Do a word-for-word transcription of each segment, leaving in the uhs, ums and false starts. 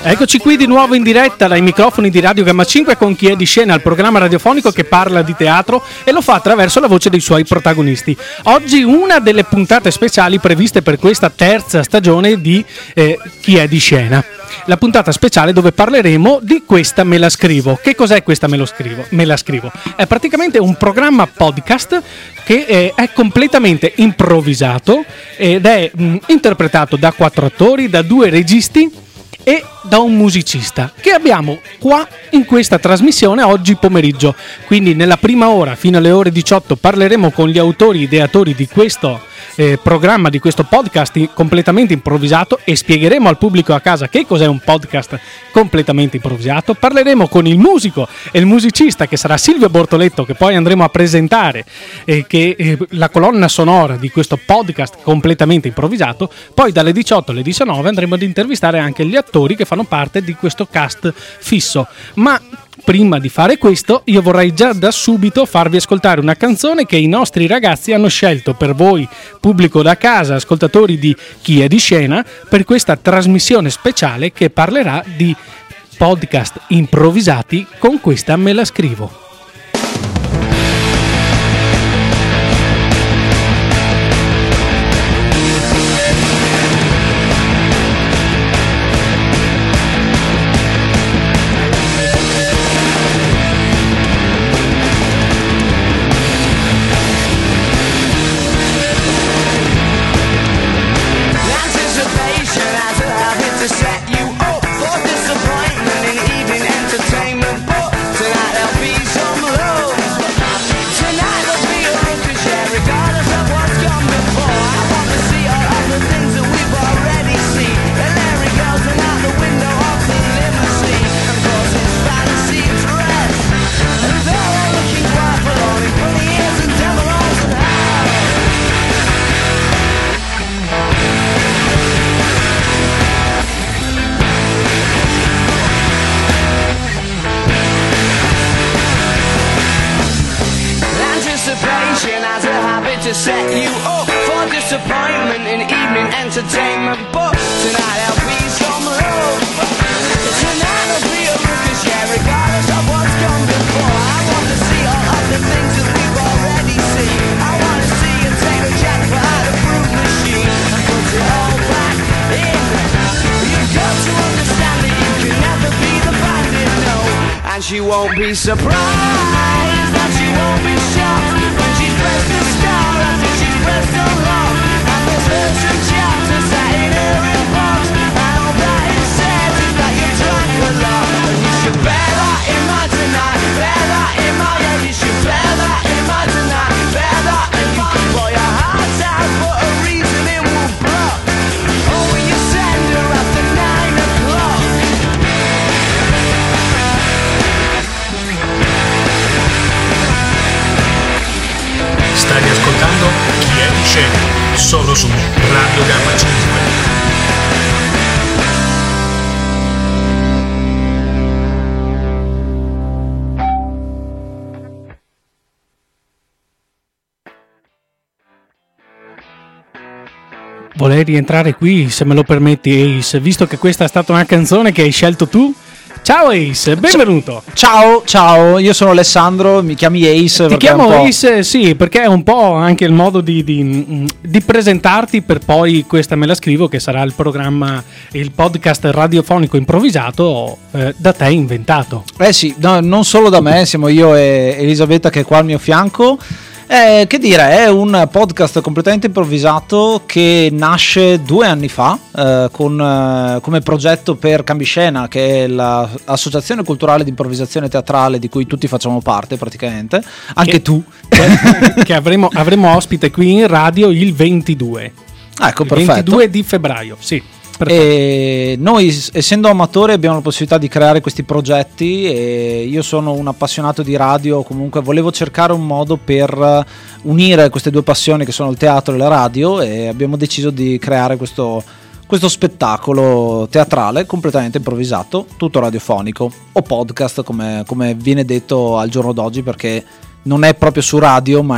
Eccoci qui di nuovo in diretta dai microfoni di Radio Gamma cinque con Chi è di scena, il programma radiofonico che parla di teatro e lo fa attraverso la voce dei suoi protagonisti. Oggi una delle puntate speciali previste per questa terza stagione di eh, Chi è di scena. La puntata speciale dove parleremo di Questa me la scrivo. Che cos'è Questa me lo scrivo? Me la scrivo. È praticamente un programma podcast che è, è completamente improvvisato ed è mh, interpretato da quattro attori, da due registi e da un musicista che abbiamo qua in questa trasmissione oggi pomeriggio. Quindi nella prima ora fino alle ore diciotto parleremo con gli autori ideatori di questo eh, programma, di questo podcast completamente improvvisato, e spiegheremo al pubblico a casa che cos'è un podcast completamente improvvisato. Parleremo con il musico e il musicista, che sarà Silvio Bortoletto, che poi andremo a presentare eh, che eh, la colonna sonora di questo podcast completamente improvvisato. Poi dalle diciotto alle diciannove andremo ad intervistare anche gli attori che fanno parte di questo cast fisso. Ma prima di fare questo io vorrei già da subito farvi ascoltare una canzone che i nostri ragazzi hanno scelto per voi, pubblico da casa, ascoltatori di Chi è di scena, per questa trasmissione speciale che parlerà di podcast improvvisati con Questa me la scrivo. To set you up for disappointment in evening entertainment, but tonight there'll be some love. Tonight there'll be a ruckus, yeah, regardless of what's gone before. I want to see all of the things that we've already seen. I want to see you take a jackpot out of fruit machine and put it all back in. You've got to understand that you can never be the bandit, no. And she won't be surprised, and she won't be shocked when she's pressed the star. Pressed so long, and there's certain chapters sat in her inbox, and all that it says is that you drank a lot, and you should bear that in mind tonight, bear that in mind, yeah, you should bear that in mind tonight, bear that, and you keep all your hearts out for a reason it will block. Oh, will you send her after nine o'clock? Stai ascoltando Chi è di scena, solo su Radio Gamma cinque. Vorrei rientrare qui, se me lo permetti, Ace, visto che questa è stata una canzone che hai scelto tu. Ciao Ace, benvenuto. Ciao, ciao, io sono Alessandro, mi chiami Ace. Ti chiamo Ace, sì, perché è un po' anche il modo di, di, di presentarti per poi Questa me la scrivo, che sarà il programma, il podcast radiofonico improvvisato eh, da te inventato. Eh sì, no, non solo da me, siamo io e Elisabetta che è qua al mio fianco. Eh, che dire, è un podcast completamente improvvisato che nasce due anni fa eh, con, eh, come progetto per Cambiscena, che è l'associazione culturale di improvvisazione teatrale di cui tutti facciamo parte praticamente, anche che, tu che, che avremo, avremo ospite qui in radio il ventidue. Ecco, il perfetto. ventidue di febbraio, sì. E noi, essendo amatori, abbiamo la possibilità di creare questi progetti, e io sono un appassionato di radio, comunque volevo cercare un modo per unire queste due passioni che sono il teatro e la radio, e abbiamo deciso di creare questo, questo spettacolo teatrale completamente improvvisato, tutto radiofonico o podcast come, come viene detto al giorno d'oggi, perché non è proprio su radio ma è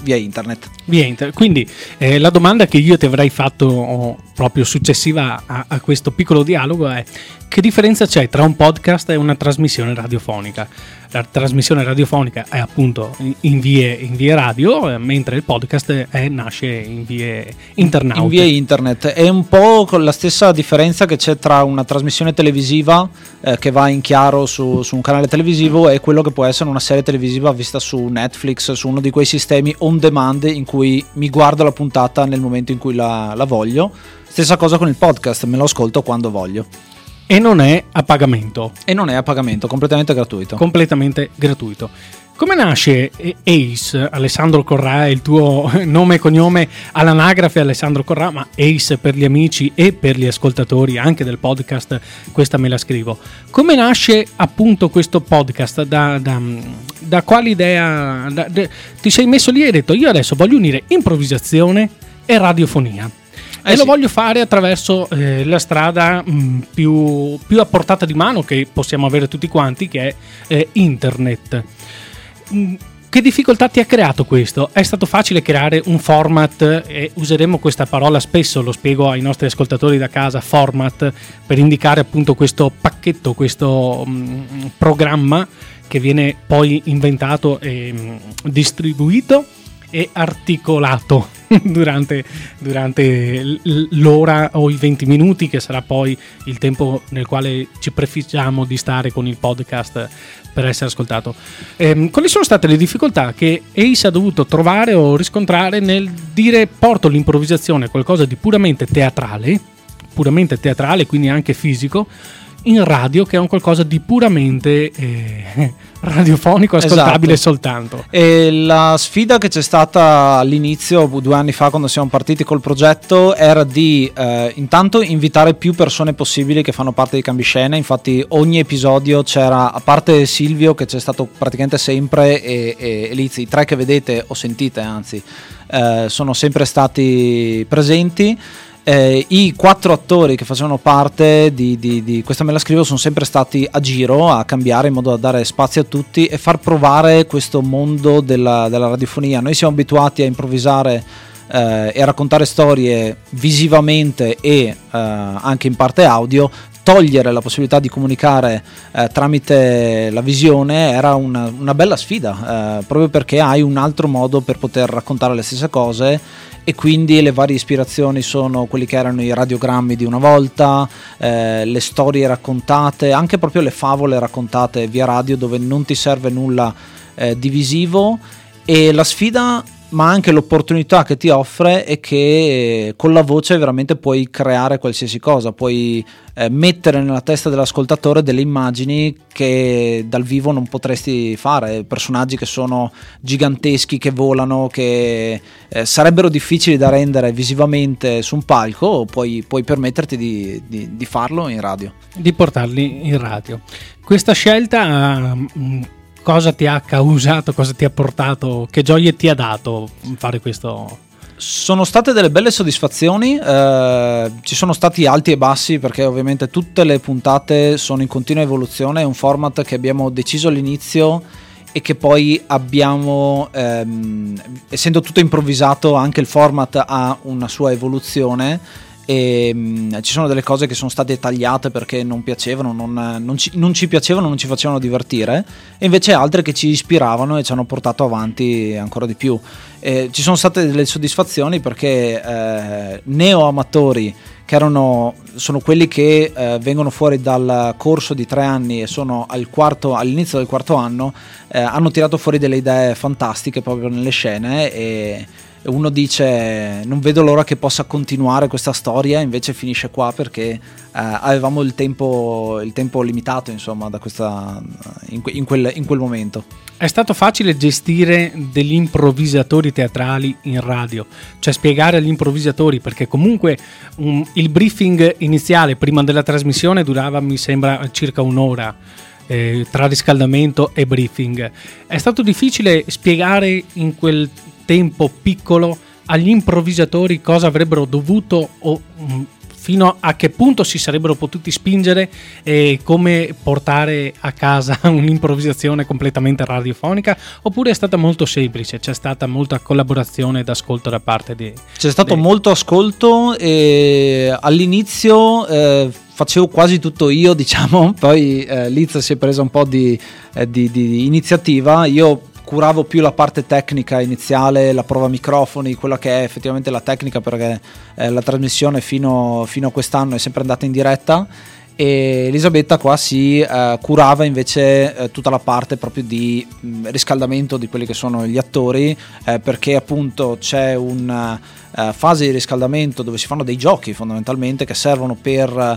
via internet. Via internet. Quindi eh, la domanda che io ti avrei fatto oh, proprio successiva a, a questo piccolo dialogo è: che differenza c'è tra un podcast e una trasmissione radiofonica? La trasmissione radiofonica è appunto in vie, in vie radio, eh, mentre il podcast è, nasce in vie internaute. In via internet. È un po' con la stessa differenza che c'è tra una trasmissione televisiva eh, che va in chiaro su, su un canale televisivo e quello che può essere una serie televisiva vista su Netflix, su uno di quei sistemi on demand in cui mi guardo la puntata nel momento in cui la, la voglio. Stessa cosa con il podcast, me lo ascolto quando voglio. E non è a pagamento. E non è a pagamento, completamente gratuito. Completamente gratuito. Come nasce Ace, Alessandro Corrà, il tuo nome e cognome all'anagrafe Alessandro Corrà, ma Ace per gli amici e per gli ascoltatori anche del podcast, questa me la scrivo. Come nasce appunto questo podcast? Da, da, da quale idea? Da, da, ti sei messo lì e hai detto: io adesso voglio unire improvvisazione e radiofonia. E eh lo sì. voglio fare attraverso eh, la strada mh, più, più a portata di mano che possiamo avere tutti quanti, che è eh, internet. Mh, che difficoltà ti ha creato questo? È stato facile creare un format, e useremo questa parola spesso, lo spiego ai nostri ascoltatori da casa, format, per indicare appunto questo pacchetto, questo mh, programma che viene poi inventato e mh, distribuito e articolato durante, durante l'ora o i venti minuti, che sarà poi il tempo nel quale ci prefiggiamo di stare con il podcast per essere ascoltato. Ehm, quali sono state le difficoltà che Ace ha dovuto trovare o riscontrare nel dire: porto l'improvvisazione, qualcosa di puramente teatrale, puramente teatrale, quindi anche fisico, in radio, che è un qualcosa di puramente eh, radiofonico, ascoltabile, esatto, soltanto. E la sfida che c'è stata all'inizio, due anni fa, quando siamo partiti col progetto, era di eh, intanto invitare più persone possibili che fanno parte di Cambiscena. Infatti ogni episodio c'era, a parte Silvio che c'è stato praticamente sempre, e, e Elizia, i tre che vedete o sentite anzi eh, sono sempre stati presenti. Eh, I quattro attori che facevano parte di, di, di Questa me la scrivo sono sempre stati a giro a cambiare, in modo da dare spazio a tutti e far provare questo mondo della, della radiofonia. Noi siamo abituati a improvvisare eh, e a raccontare storie visivamente e eh, anche in parte audio. Togliere la possibilità di comunicare eh, tramite la visione era una, una bella sfida, eh, proprio perché hai un altro modo per poter raccontare le stesse cose. E quindi le varie ispirazioni sono quelli che erano i radiogrammi di una volta, eh, le storie raccontate, anche proprio le favole raccontate via radio, dove non ti serve nulla eh, di visivo. E la sfida, ma anche l'opportunità che ti offre, è che con la voce veramente puoi creare qualsiasi cosa, puoi eh, mettere nella testa dell'ascoltatore delle immagini che dal vivo non potresti fare, personaggi che sono giganteschi, che volano, che eh, sarebbero difficili da rendere visivamente su un palco, puoi, puoi permetterti di, di, di farlo in radio. Di portarli in radio. Questa scelta... Uh, cosa ti ha causato, cosa ti ha portato, che gioie ti ha dato fare questo? Sono state delle belle soddisfazioni, eh, ci sono stati alti e bassi, perché ovviamente tutte le puntate sono in continua evoluzione. È un format che abbiamo deciso all'inizio e che poi abbiamo, ehm, essendo tutto improvvisato, anche il format ha una sua evoluzione. E mh, ci sono delle cose che sono state tagliate perché non piacevano, non, non, ci, non ci piacevano, non ci facevano divertire, e invece altre che ci ispiravano e ci hanno portato avanti ancora di più. E ci sono state delle soddisfazioni perché eh, neo-amatori, che erano, sono quelli che eh, vengono fuori dal corso di tre anni e sono al quarto, all'inizio del quarto anno, eh, hanno tirato fuori delle idee fantastiche proprio nelle scene, e uno dice: non vedo l'ora che possa continuare questa storia, invece finisce qua perché eh, avevamo il tempo, il tempo limitato, insomma, da questa, in, in, quel, in quel momento. È stato facile gestire degli improvvisatori teatrali in radio, cioè spiegare agli improvvisatori, perché comunque um, il briefing iniziale prima della trasmissione durava, mi sembra, circa un'ora, eh, tra riscaldamento e briefing. È stato difficile spiegare in quel tempo piccolo agli improvvisatori cosa avrebbero dovuto o mh, fino a che punto si sarebbero potuti spingere e come portare a casa un'improvvisazione completamente radiofonica, oppure è stata molto semplice, c'è stata molta collaborazione ed ascolto da parte di... C'è stato di... molto ascolto e all'inizio eh, facevo quasi tutto io, diciamo, poi eh, Liz si è presa un po' di, eh, di, di iniziativa, io curavo più la parte tecnica iniziale, la prova microfoni, quella che è effettivamente la tecnica, perché eh, la trasmissione fino, fino a quest'anno è sempre andata in diretta, e Elisabetta qua si eh, curava invece eh, tutta la parte proprio di mh, riscaldamento di quelli che sono gli attori, eh, perché appunto c'è una uh, fase di riscaldamento dove si fanno dei giochi fondamentalmente che servono per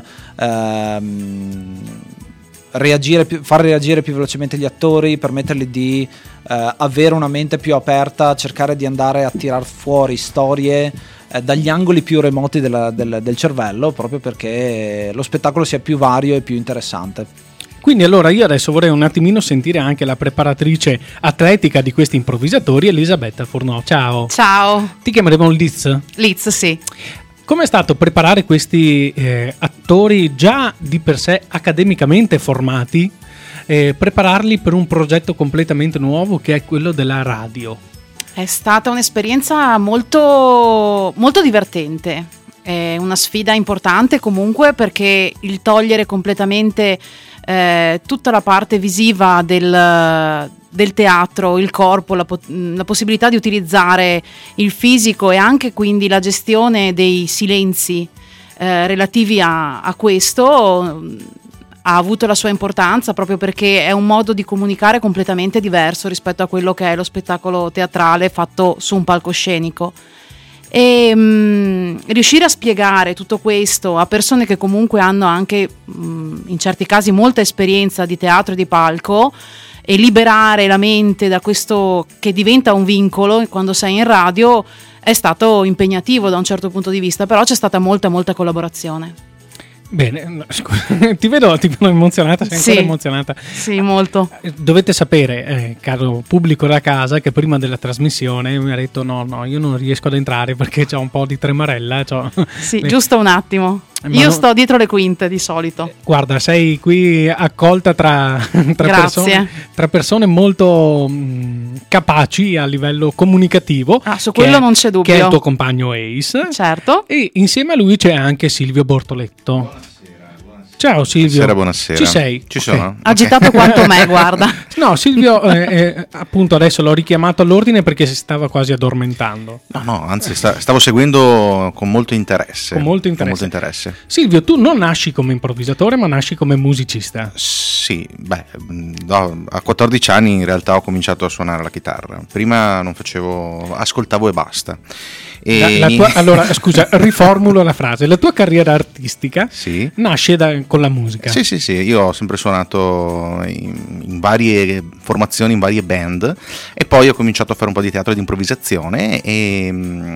ehm, reagire più, far reagire più velocemente gli attori, permettergli di eh, avere una mente più aperta, cercare di andare a tirar fuori storie eh, dagli angoli più remoti della, del, del cervello, proprio perché lo spettacolo sia più vario e più interessante. Quindi allora io adesso vorrei un attimino sentire anche la preparatrice atletica di questi improvvisatori, Elisabetta Furnò. Ciao. Ciao. Ti chiameremo Liz? Liz, sì. Com'è stato preparare questi eh, attori già di per sé accademicamente formati, eh, prepararli per un progetto completamente nuovo che è quello della radio? È stata un'esperienza molto, molto divertente, è una sfida importante comunque, perché il togliere completamente eh, tutta la parte visiva del... del teatro, il corpo, la, po- la possibilità di utilizzare il fisico e anche quindi la gestione dei silenzi eh, relativi a, a questo mh, ha avuto la sua importanza, proprio perché è un modo di comunicare completamente diverso rispetto a quello che è lo spettacolo teatrale fatto su un palcoscenico. E mh, riuscire a spiegare tutto questo a persone che comunque hanno anche mh, in certi casi molta esperienza di teatro e di palco, e liberare la mente da questo che diventa un vincolo quando sei in radio, è stato impegnativo da un certo punto di vista, però c'è stata molta molta collaborazione. Bene, scusa, ti vedo, ti vedo emozionata, sei ancora sì, emozionata. Sì, molto. Dovete sapere, eh, caro pubblico da casa, che prima della trasmissione mi ha detto no, no, io non riesco ad entrare perché c'ho un po' di tremarella. C'ho... Sì, giusto un attimo. Ma io no... sto dietro le quinte di solito. Guarda, sei qui accolta tra, tra, persone, tra persone molto mh, capaci a livello comunicativo. Ah, su quello è, non c'è dubbio. Che è il tuo compagno Ace. Certo. E insieme a lui c'è anche Silvio Bortoletto. Ciao Silvio. Buonasera, buonasera. Ci sei? Ci Okay. sono. Agitato Okay. quanto me, guarda. No, Silvio, eh, eh, appunto adesso l'ho richiamato all'ordine perché si stava quasi addormentando. No, no, anzi sta, stavo seguendo con molto interesse. Con molto interesse. Con molto interesse. Silvio, tu non nasci come improvvisatore, ma nasci come musicista. Sì, beh, no, a quattordici anni in realtà ho cominciato a suonare la chitarra. Prima non facevo, ascoltavo e basta. E... La, la tua, allora, scusa, riformulo la frase. La tua carriera artistica sì. nasce da, con la musica. Sì, sì, sì. Io ho sempre suonato in, in varie formazioni, in varie band, e poi ho cominciato a fare un po' di teatro di improvvisazione e,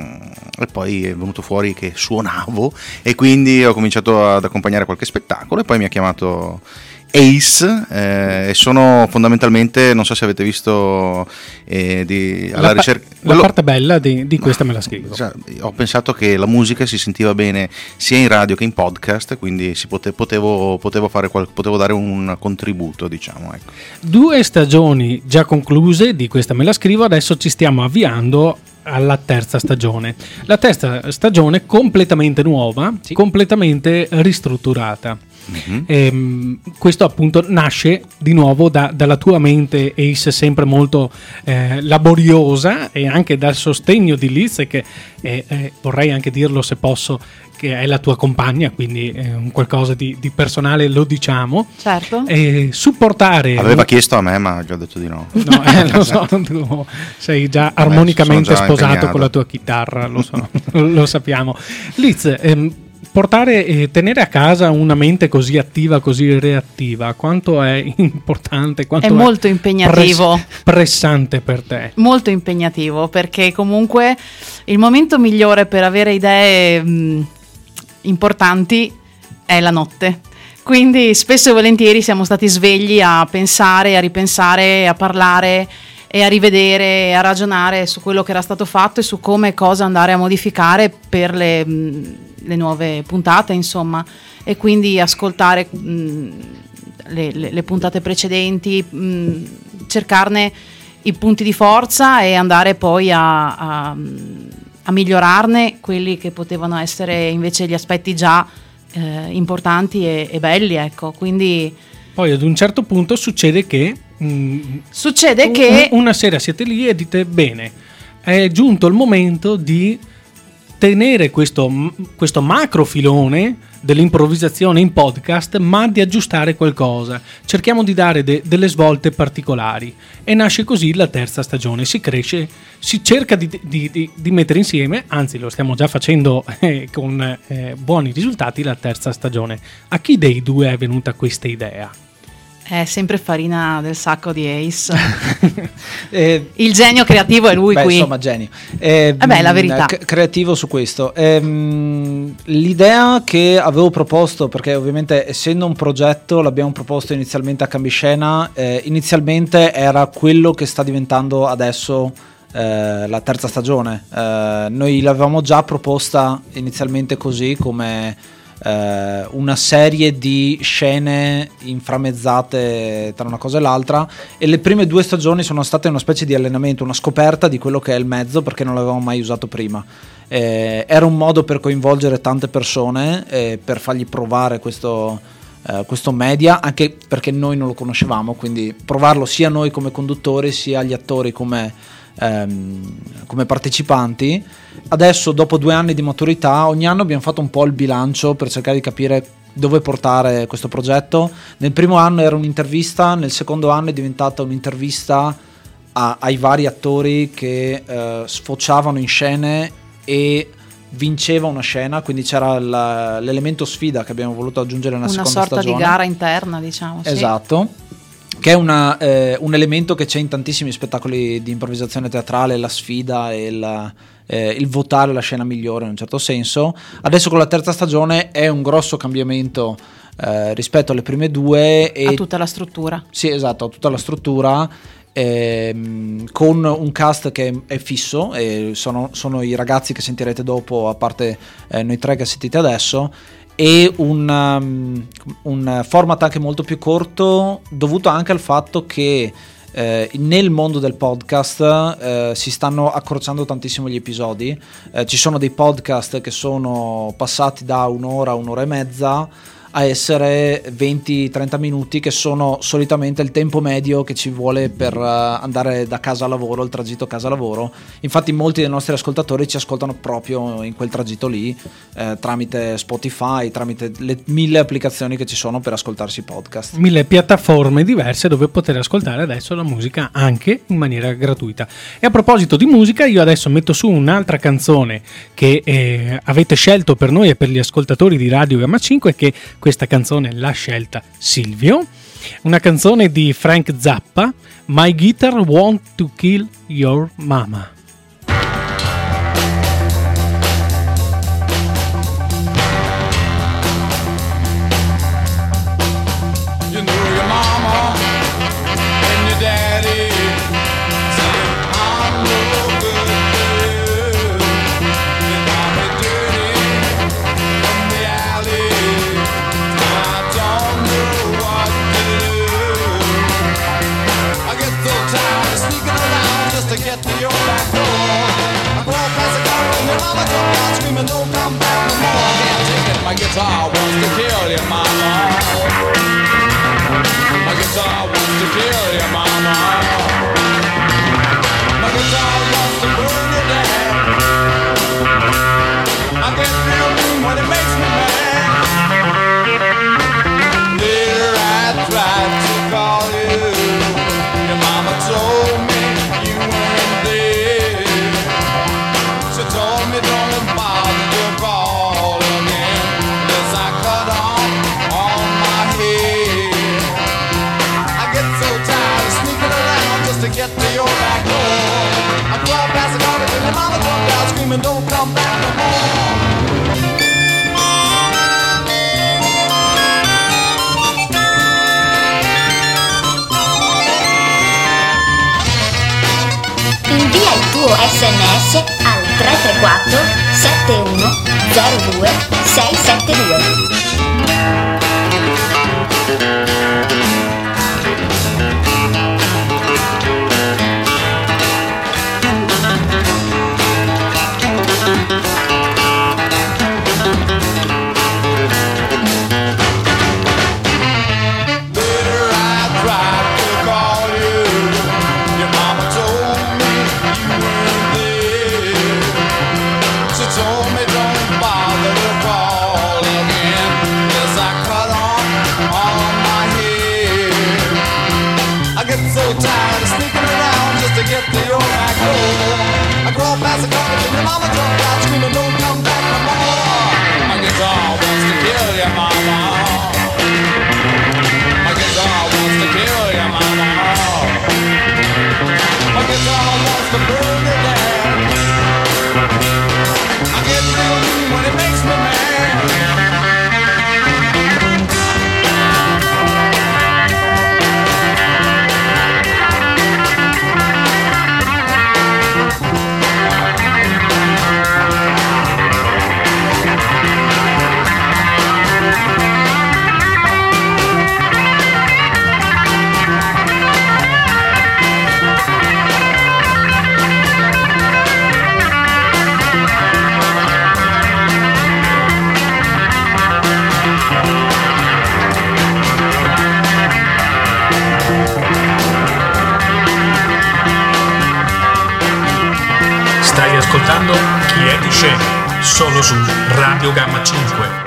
e poi è venuto fuori che suonavo, e quindi ho cominciato ad accompagnare qualche spettacolo, e poi mi ha chiamato Ace, eh, e sono fondamentalmente, non so se avete visto eh, di, alla la, ricerca pa- quello, la parte bella di, di questa me la scrivo. Cioè, ho pensato che la musica si sentiva bene sia in radio che in podcast, quindi si pote, potevo, potevo, fare qual, potevo dare un contributo, diciamo, ecco. Due stagioni già concluse di questa me la scrivo, adesso ci stiamo avviando alla terza stagione. La terza stagione completamente nuova, sì. completamente ristrutturata. Mm-hmm. Ehm, questo appunto nasce di nuovo da, dalla tua mente, Ace, sempre molto eh, laboriosa, e anche dal sostegno di Liz, che è, eh, vorrei anche dirlo se posso, che è la tua compagna, quindi è un qualcosa di, di personale, lo diciamo. Certo. E supportare. Aveva chiesto a me, ma gli ho detto di no. No, eh, lo so, tu sei già Vabbè, armonicamente già sposato impegnato. con la tua chitarra, lo so, lo sappiamo. Liz, ehm, portare e tenere a casa una mente così attiva, così reattiva, quanto è importante, quanto è molto impegnativo, press- pressante per te? Molto impegnativo, perché comunque il momento migliore per avere idee mh, importanti è la notte. Quindi spesso e volentieri siamo stati svegli a pensare, a ripensare, a parlare e a rivedere, a ragionare su quello che era stato fatto e su come e cosa andare a modificare per le, le nuove puntate, insomma, e quindi ascoltare mh, le, le, le puntate precedenti, mh, cercarne i punti di forza e andare poi a, a, a migliorarne quelli che potevano essere invece gli aspetti già eh, importanti e, e belli, ecco. Quindi poi ad un certo punto succede che mh, succede un, che una sera siete lì e dite bene, è giunto il momento di tenere questo, questo macro filone dell'improvvisazione in podcast, ma di aggiustare qualcosa. Cerchiamo di dare de- delle svolte particolari e nasce così la terza stagione. Si cresce, si cerca di, di, di, di mettere insieme, anzi lo stiamo già facendo eh, con eh, buoni risultati, la terza stagione. A chi dei due è venuta questa idea? è sempre farina del sacco di Ace. eh, Il genio creativo è lui beh, qui. Insomma, genio. Eh, Vabbè, la verità. C- creativo su questo. Eh, l'idea che avevo proposto, perché ovviamente essendo un progetto l'abbiamo proposto inizialmente a Cambiscena, eh, inizialmente era quello che sta diventando adesso eh, la terza stagione. Eh, noi l'avevamo già proposta inizialmente così, come Uh, una serie di scene inframmezzate tra una cosa e l'altra, e le prime due stagioni sono state una specie di allenamento, una scoperta di quello che è il mezzo, perché non l'avevamo mai usato prima. Eh, era un modo per coinvolgere tante persone, eh, per fargli provare questo, uh, questo media, anche perché noi non lo conoscevamo, quindi provarlo sia noi come conduttori sia gli attori come, um, come partecipanti. Adesso, dopo due anni di maturità, ogni anno abbiamo fatto un po' il bilancio per cercare di capire dove portare questo progetto. Nel primo anno era un'intervista, nel secondo anno è diventata un'intervista a, ai vari attori che eh, sfociavano in scene e vinceva una scena, quindi c'era la, l'elemento sfida che abbiamo voluto aggiungere nella una seconda stagione. Una sorta di gara interna, diciamo. Sì. Esatto. Che è una, eh, un elemento che c'è in tantissimi spettacoli di improvvisazione teatrale, la sfida e il, eh, il votare la scena migliore in un certo senso. Adesso con la terza stagione è un grosso cambiamento eh, rispetto alle prime due. E a tutta la struttura. Sì, esatto, a tutta la struttura, ehm, con un cast che è fisso, e sono, sono i ragazzi che sentirete dopo, a parte eh, noi tre che sentite adesso, e un, um, un format anche molto più corto, dovuto anche al fatto che eh, nel mondo del podcast eh, si stanno accorciando tantissimo gli episodi. Eh, ci sono dei podcast che sono passati da un'ora, un'ora e mezza a essere venti trenta minuti, che sono solitamente il tempo medio che ci vuole per uh, andare da casa a lavoro, il tragitto casa lavoro. Infatti molti dei nostri ascoltatori ci ascoltano proprio in quel tragitto lì, eh, tramite Spotify, tramite le mille applicazioni che ci sono per ascoltarsi podcast. Mille piattaforme diverse dove poter ascoltare adesso la musica anche in maniera gratuita. E a proposito di musica, io adesso metto su un'altra canzone che eh, avete scelto per noi e per gli ascoltatori di Radio Gamma cinque, che questa canzone l'ha scelta Silvio, una canzone di Frank Zappa, My Guitar Want to Kill Your Mama. You know your mama and your daddy say I'm no good for you. They call me dirty from the alley. I don't know what to do. I get so tired of sneaking around just to get to your back door. I go past the car and your mama come out screaming, don't come back no more. I can't take it, my guitar wants to kill your mama. My guitar wants to kill your mama. My guitar wants to burn you down. I get real mean when it makes me mad. Later I tried to call you. Your mama told me you weren't there. She told me don't bother to call again, 'cause I cut off all my hair. I get so tired of sneaking around just to get to your back door. I crawl past the garbage and your mama comes out screaming, don't come back no more. Invia il tuo S M S al tre tre quattro sette uno zero due sei sette due. Stai ascoltando Chi è di scena, solo su Radio Gamma cinque.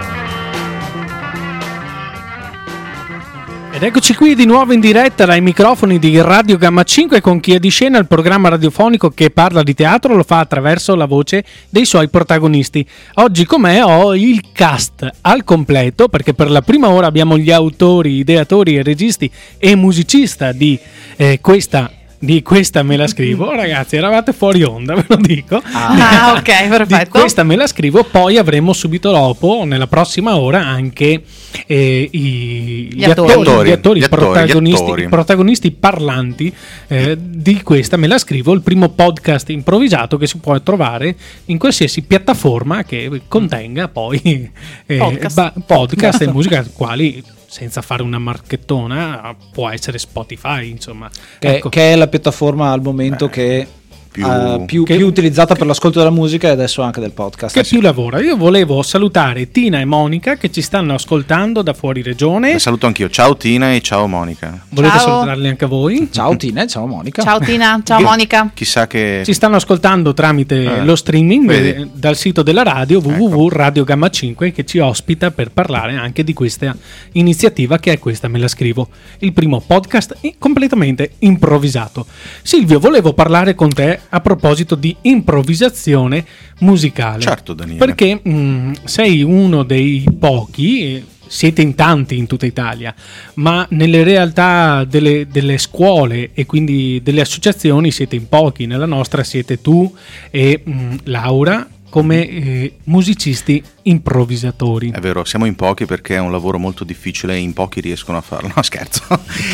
Ed eccoci qui di nuovo in diretta dai microfoni di Radio Gamma cinque con Chi è di scena, il programma radiofonico che parla di teatro, lo fa attraverso la voce dei suoi protagonisti. Oggi con me ho il cast al completo, perché per la prima ora abbiamo gli autori, ideatori e registi e musicista di eh, questa di questa me la scrivo. Oh, ragazzi, eravate fuori onda, ve lo dico. Ah, ok, perfetto. Di questa me la scrivo. Poi avremo subito dopo, nella prossima ora, anche eh, i, Gli attori. gli attori, Gli attori, i gli attori, protagonisti, gli attori. i protagonisti parlanti eh, di questa me la scrivo, il primo podcast improvvisato che si può trovare in qualsiasi piattaforma che contenga poi eh, Podcast. ba- podcast e musica, quali, senza fare una marchettona, può essere Spotify, insomma. Che, Ecco. che è la piattaforma al momento che più- eh, più, che- più utilizzata per l'ascolto della musica e adesso anche del podcast. Che più lavora. Io volevo salutare Tina e Monica che ci stanno ascoltando da fuori regione. Le saluto anch'io. Ciao Tina e ciao Monica. Volete Ciao. salutarli anche voi? Ciao Tina, ciao Monica. Ciao Tina, ciao Monica. Chissà che... Ci stanno ascoltando tramite Eh, lo streaming vedi. eh, dal sito della radio w w w Ecco. punto radio gamma cinque che ci ospita per parlare anche di questa iniziativa che è questa me la scrivo, il primo podcast i- completamente improvvisato. Silvio, volevo parlare con te a proposito di improvvisazione musicale. Certo, Daniele. Perché mh, sei uno dei pochi, eh, siete in tanti in tutta Italia, ma nelle realtà delle, delle scuole e quindi delle associazioni siete in pochi. Nella nostra siete tu e mh, Laura come eh, musicisti improvvisatori. È vero, siamo in pochi perché è un lavoro molto difficile e in pochi riescono a farlo. No, scherzo.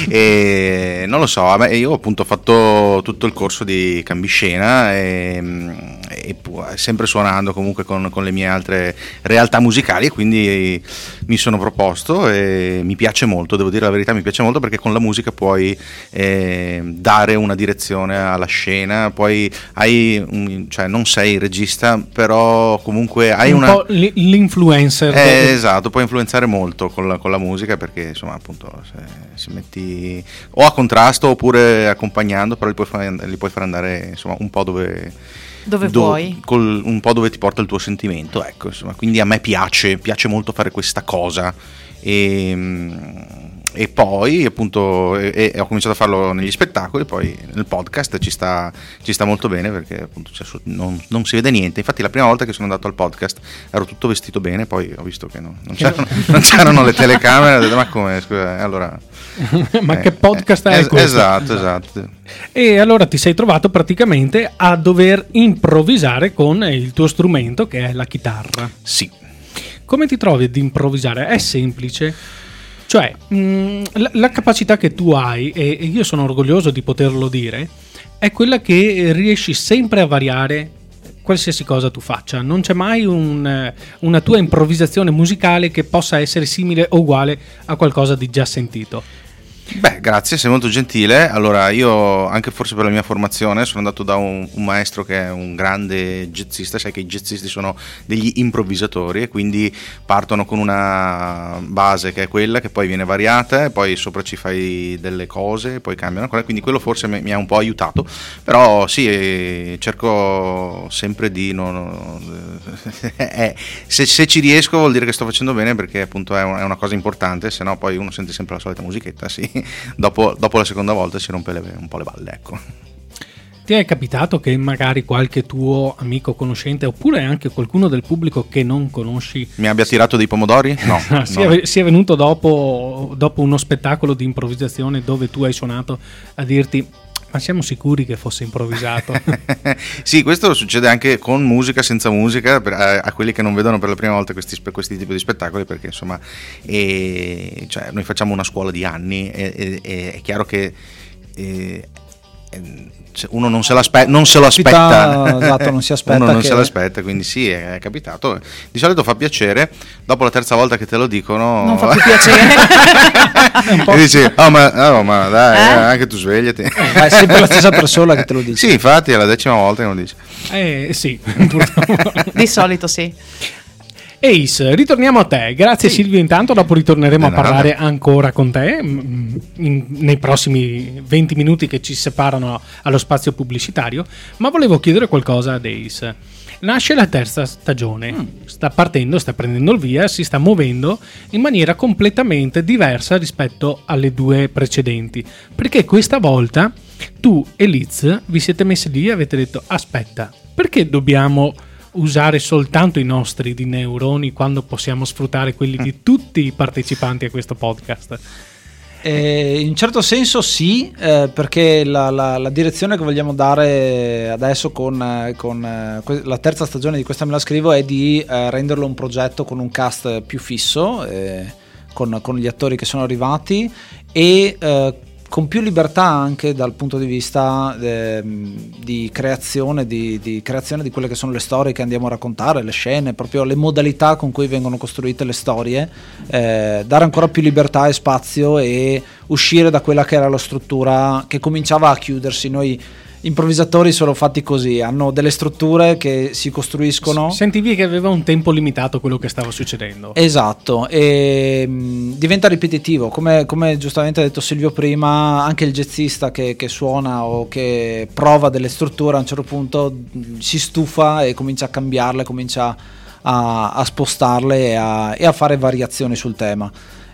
E non lo so, a me- io appunto ho fatto tutto il corso di cambiscena e, e pu- sempre suonando comunque con, con le mie altre realtà musicali, e quindi mi sono proposto e mi piace molto, devo dire la verità, mi piace molto perché con la musica puoi eh, dare una direzione alla scena, poi hai un- cioè non sei il regista, però comunque hai Un una... po' l- l'influencer. Eh, esatto, puoi influenzare molto con la, con la musica perché insomma appunto se, se metti o a contrasto oppure accompagnando, però li puoi fare, li puoi fare andare insomma un po' dove, Dove do- vuoi. col- un po' dove ti porta il tuo sentimento, ecco, insomma, quindi a me piace, piace molto fare questa cosa e, e poi appunto e, e ho cominciato a farlo negli spettacoli, poi nel podcast ci sta, ci sta molto bene perché appunto c'è su- non, non si vede niente. Infatti la prima volta che sono andato al podcast ero tutto vestito bene, poi ho visto che no- non, c'erano, non c'erano le telecamere, ho detto ma come, scusa, eh, allora Ma eh, che podcast eh, è es- questo? esatto, esatto. E allora ti sei trovato praticamente a dover improvvisare con il tuo strumento che è la chitarra. Sì. Come ti trovi ad improvvisare? È semplice? Cioè, mh, la, la capacità che tu hai, e, e io sono orgoglioso di poterlo dire, è quella che riesci sempre a variare qualsiasi cosa tu faccia, non c'è mai un, una tua improvvisazione musicale che possa essere simile o uguale a qualcosa di già sentito. Beh, grazie, sei molto gentile. Allora, io anche forse per la mia formazione sono andato da un, un maestro che è un grande jazzista. Sai che i jazzisti sono degli improvvisatori e quindi partono con una base che è quella, che poi viene variata e poi sopra ci fai delle cose, poi cambiano, quindi quello forse mi, mi ha un po' aiutato. Però sì, eh, cerco sempre di non, eh, se, se ci riesco vuol dire che sto facendo bene, perché appunto è una, è una cosa importante, se no poi uno sente sempre la solita musichetta, sì. Dopo, dopo la seconda volta si rompe le, un po' le balle, ecco. Ti è capitato che magari qualche tuo amico conoscente oppure anche qualcuno del pubblico che non conosci mi abbia tirato dei pomodori? No, no. sia, sia venuto dopo, dopo uno spettacolo di improvvisazione dove tu hai suonato a dirti: ma siamo sicuri che fosse improvvisato? Sì, questo succede anche con musica, senza musica, per, a, a quelli che non vedono per la prima volta questi, questi tipi di spettacoli, perché insomma e, cioè, noi facciamo una scuola di anni e, e è chiaro che e, e, uno non se l'aspetta, non se lo aspetta, esatto, non si aspetta, uno non che... se l'aspetta, quindi sì, è, è capitato. Di solito fa piacere, dopo la terza volta che te lo dicono non fa più piacere. E dici: oh ma, oh, ma dai, eh? anche tu svegliati. È sempre la stessa persona che te lo dice. Sì, infatti è la decima volta che lo dice. Eh sì, purtroppo. Di solito sì. Ace, ritorniamo a te. Grazie sì. Silvio, intanto dopo ritorneremo a parlare ancora con te in, in, nei prossimi venti minuti che ci separano allo spazio pubblicitario, ma volevo chiedere qualcosa ad Ace. Nasce la terza stagione, mm. sta partendo, sta prendendo il via, si sta muovendo in maniera completamente diversa rispetto alle due precedenti, perché questa volta tu e Liz vi siete messi lì e avete detto: aspetta, perché dobbiamo usare soltanto i nostri di neuroni quando possiamo sfruttare quelli di tutti i partecipanti a questo podcast? Eh, in un certo senso sì, eh, perché la, la, la direzione che vogliamo dare adesso con, con eh, la terza stagione di Questa me la scrivo è di eh, renderlo un progetto con un cast più fisso, eh, con, con gli attori che sono arrivati e eh, con più libertà anche dal punto di vista eh, di creazione di, di creazione di quelle che sono le storie che andiamo a raccontare, le scene, proprio le modalità con cui vengono costruite le storie, eh, dare ancora più libertà e spazio e uscire da quella che era la struttura che cominciava a chiudersi. Noi improvvisatori sono fatti così, hanno delle strutture che si costruiscono. Sentivi che aveva un tempo limitato quello che stava succedendo. Esatto, e mh, diventa ripetitivo, come, come giustamente ha detto Silvio prima, anche il jazzista che, che suona o che prova delle strutture a un certo punto mh, si stufa e comincia a cambiarle, comincia a, a spostarle e a, e a fare variazioni sul tema.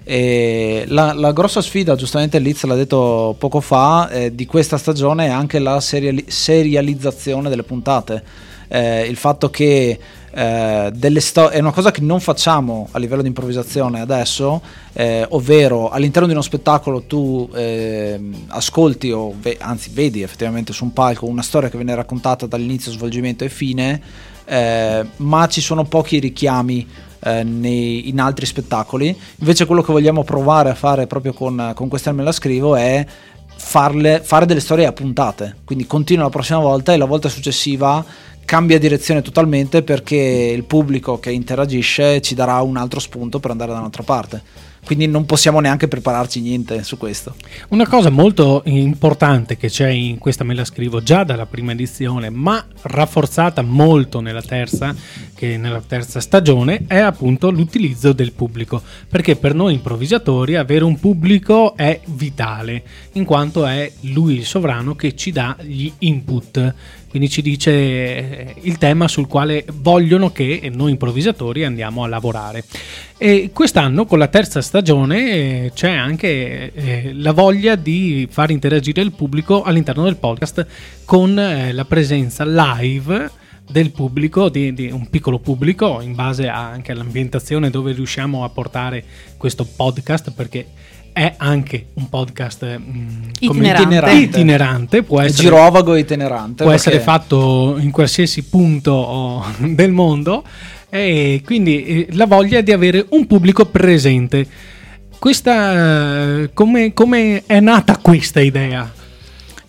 E la, la grossa sfida, giustamente Liz l'ha detto poco fa, eh, di questa stagione è anche la seriali- serializzazione delle puntate, eh, il fatto che eh, delle sto- è una cosa che non facciamo a livello di improvvisazione adesso, eh, ovvero all'interno di uno spettacolo tu eh, ascolti o ve- anzi vedi effettivamente su un palco una storia che viene raccontata dall'inizio, svolgimento e fine, eh, ma ci sono pochi richiami Eh, nei, in altri spettacoli. Invece quello che vogliamo provare a fare proprio con, con Questa me la scrivo è farle, fare delle storie a puntate, quindi continua la prossima volta e la volta successiva cambia direzione totalmente, perché il pubblico che interagisce ci darà un altro spunto per andare da un'altra parte, quindi non possiamo neanche prepararci niente su questo. Una cosa molto importante che c'è in Questa me la scrivo già dalla prima edizione, ma rafforzata molto nella terza, che nella terza stagione, è appunto l'utilizzo del pubblico, perché per noi improvvisatori avere un pubblico è vitale, in quanto è lui il sovrano che ci dà gli input, quindi ci dice il tema sul quale vogliono che noi improvvisatori andiamo a lavorare. E quest'anno con la terza stagione c'è anche eh, la voglia di far interagire il pubblico all'interno del podcast con eh, la presenza live del pubblico, di, di un piccolo pubblico, in base a, anche all'ambientazione dove riusciamo a portare questo podcast, perché è anche un podcast mh, itinerante. itinerante. itinerante, può essere girovago itinerante, può perché... essere fatto in qualsiasi punto del mondo, e quindi eh, la voglia di avere un pubblico presente. Questa come, come è nata questa idea?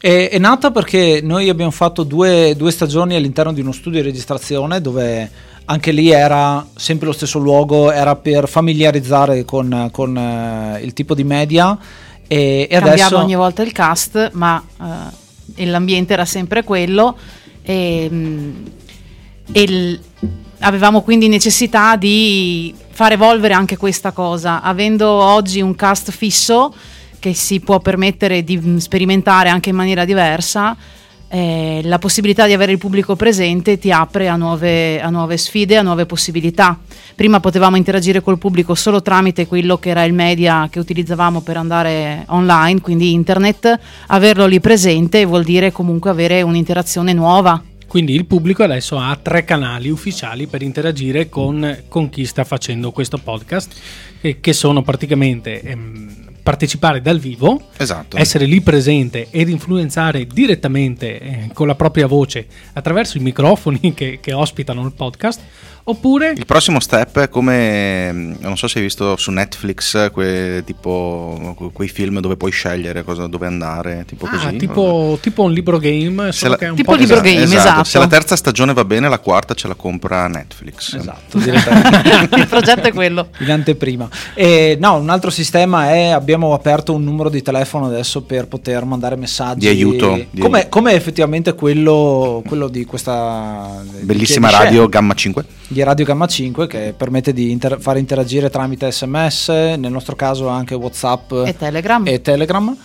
È, è nata perché noi abbiamo fatto due, due stagioni all'interno di uno studio di registrazione dove anche lì era sempre lo stesso luogo, era per familiarizzare con, con uh, il tipo di media e, e Cambiava adesso ogni volta il cast, ma uh, l'ambiente era sempre quello e, mh, e il, avevamo quindi necessità di far evolvere anche questa cosa, avendo oggi un cast fisso che si può permettere di sperimentare anche in maniera diversa. Eh, la possibilità di avere il pubblico presente ti apre a nuove, a nuove sfide, a nuove possibilità. Prima potevamo interagire col pubblico solo tramite quello che era il media che utilizzavamo per andare online, quindi internet. Averlo lì presente vuol dire comunque avere un'interazione nuova. Quindi il pubblico adesso ha tre canali ufficiali per interagire con, con chi sta facendo questo podcast, eh, che sono praticamente ehm, partecipare dal vivo, Esatto. essere lì presente ed influenzare direttamente eh, con la propria voce attraverso i microfoni che, che ospitano il podcast, oppure Il prossimo step è come, non so se hai visto su Netflix que, tipo quei film dove puoi scegliere cosa, dove andare, tipo ah, così. tipo, tipo un libro game, Se solo la- che è un tipo po' libro diverso. game, esatto. Se la terza stagione va bene, la quarta ce la compra Netflix. esatto, direttamente. Il progetto è quello. in anteprima. E no, un altro sistema è abbiamo aperto un numero di telefono adesso per poter mandare messaggi Di aiuto, di come, aiuto. come effettivamente quello, quello di questa Bellissima di- di radio Share, Gamma cinque. di Radio Gamma cinque, che permette di inter- fare interagire tramite sms, nel nostro caso anche WhatsApp E Telegram. e Telegram,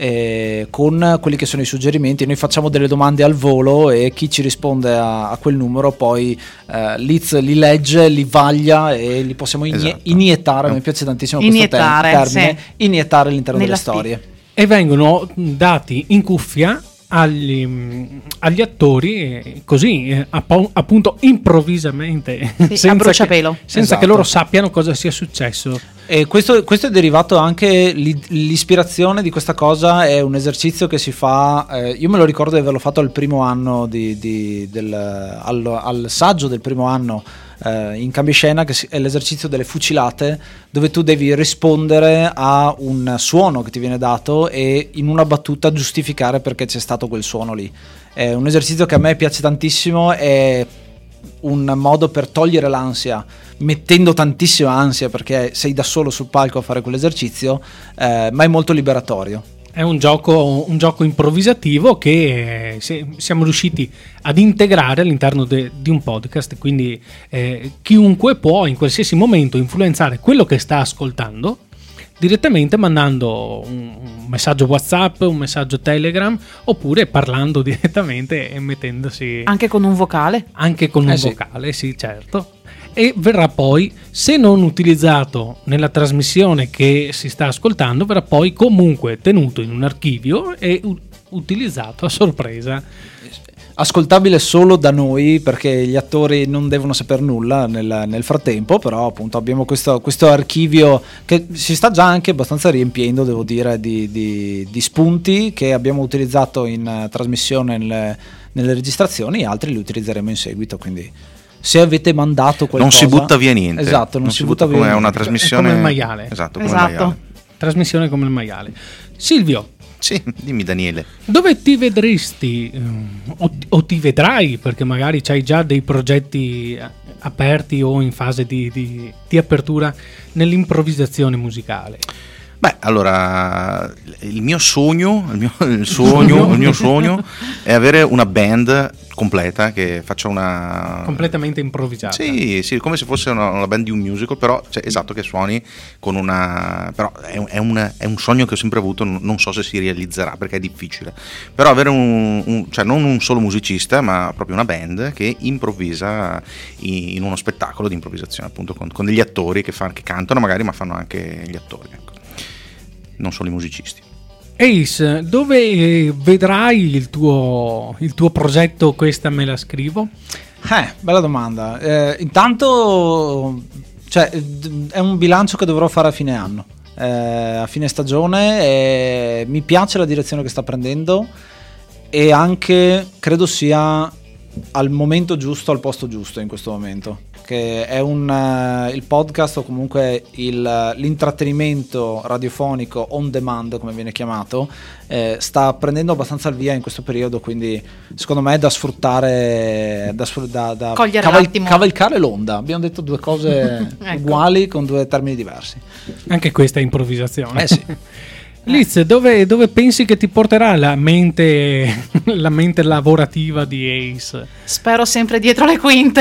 eh, con quelli che sono i suggerimenti. Noi facciamo delle domande al volo e chi ci risponde a, a quel numero poi eh, Liz li legge, li vaglia e li possiamo inie- Esatto. iniettare. Mi piace tantissimo questo te- Iniettare, termine, sì. iniettare all'interno Nella delle storie. E vengono dati in cuffia agli, mh, agli attori eh, così eh, appo- appunto improvvisamente Sì, a bruciapelo. che, senza Esatto. che loro sappiano cosa sia successo. E questo, questo è derivato anche l'i- l'ispirazione di questa cosa è un esercizio che si fa, eh, io me lo ricordo di averlo fatto al primo anno di, di- del, al, al saggio del primo anno eh, in cambiescena, che si- è l'esercizio delle fucilate, dove tu devi rispondere a un suono che ti viene dato e in una battuta giustificare perché c'è stato quel suono lì. È un esercizio che a me piace tantissimo, è un modo per togliere l'ansia, mettendo tantissima ansia perché sei da solo sul palco a fare quell'esercizio, eh, ma è molto liberatorio. È un gioco, un gioco improvvisativo che eh, se- siamo riusciti ad integrare all'interno de- di un podcast, quindi eh, chiunque può in qualsiasi momento influenzare quello che sta ascoltando direttamente mandando un, un messaggio WhatsApp, un messaggio Telegram, oppure parlando direttamente e mettendosi Anche con un vocale. anche con un Eh sì. vocale, sì, certo. E verrà poi, se non utilizzato nella trasmissione che si sta ascoltando, verrà poi comunque tenuto in un archivio e u- utilizzato a sorpresa. Ascoltabile solo da noi perché gli attori non devono saper nulla nel, nel frattempo, però appunto abbiamo questo, questo archivio che si sta già anche abbastanza riempiendo, devo dire, di, di- di spunti che abbiamo utilizzato in eh, trasmissione nelle, nelle registrazioni, e altri li utilizzeremo in seguito, quindi se avete mandato qualcosa Non si butta via niente. Esatto, non, si, butta, via come niente. una trasmissione. Come il maiale. Esatto, come Esatto. il maiale. Trasmissione come il maiale. Silvio, Sì, dimmi Daniele. dove ti vedresti eh, o, o ti vedrai, perché magari c'hai già dei progetti eh, aperti o in fase di, di- di apertura nell'improvvisazione musicale? Beh, allora, il mio sogno, il mio, il sogno, il mio sogno è avere una band completa che faccia una... Completamente improvvisata. Sì, sì, come se fosse una, una band di un musical, però cioè, esatto, che suoni con una... però è un, è, un, è un sogno che ho sempre avuto, non, non so se si realizzerà perché è difficile, però avere un, un- cioè non un solo musicista, ma proprio una band che improvvisa in, in uno spettacolo di improvvisazione, appunto, con, con degli attori che, fanno, che cantano magari, ma fanno anche gli attori, ecco. Non solo i musicisti. Ace, dove eh, vedrai il tuo, il tuo progetto Questa me la scrivo? Eh, bella domanda. Eh, intanto, cioè, d- è un bilancio che dovrò fare a fine anno, eh, a fine stagione. E mi piace la direzione che sta prendendo e anche credo sia al momento giusto, al posto giusto in questo momento, che è un uh, il podcast o comunque il, l'intrattenimento radiofonico on demand, come viene chiamato, eh, sta prendendo abbastanza il via in questo periodo, quindi secondo me è da sfruttare, da, sfr- da, da Cogliere caval- l'attimo. cavalcare l'onda. Abbiamo detto due cose Ecco. uguali con due termini diversi. Anche questa è improvvisazione. Eh sì. Liz, dove, dove pensi che ti porterà la mente, la mente lavorativa di Ace? Spero sempre dietro le quinte.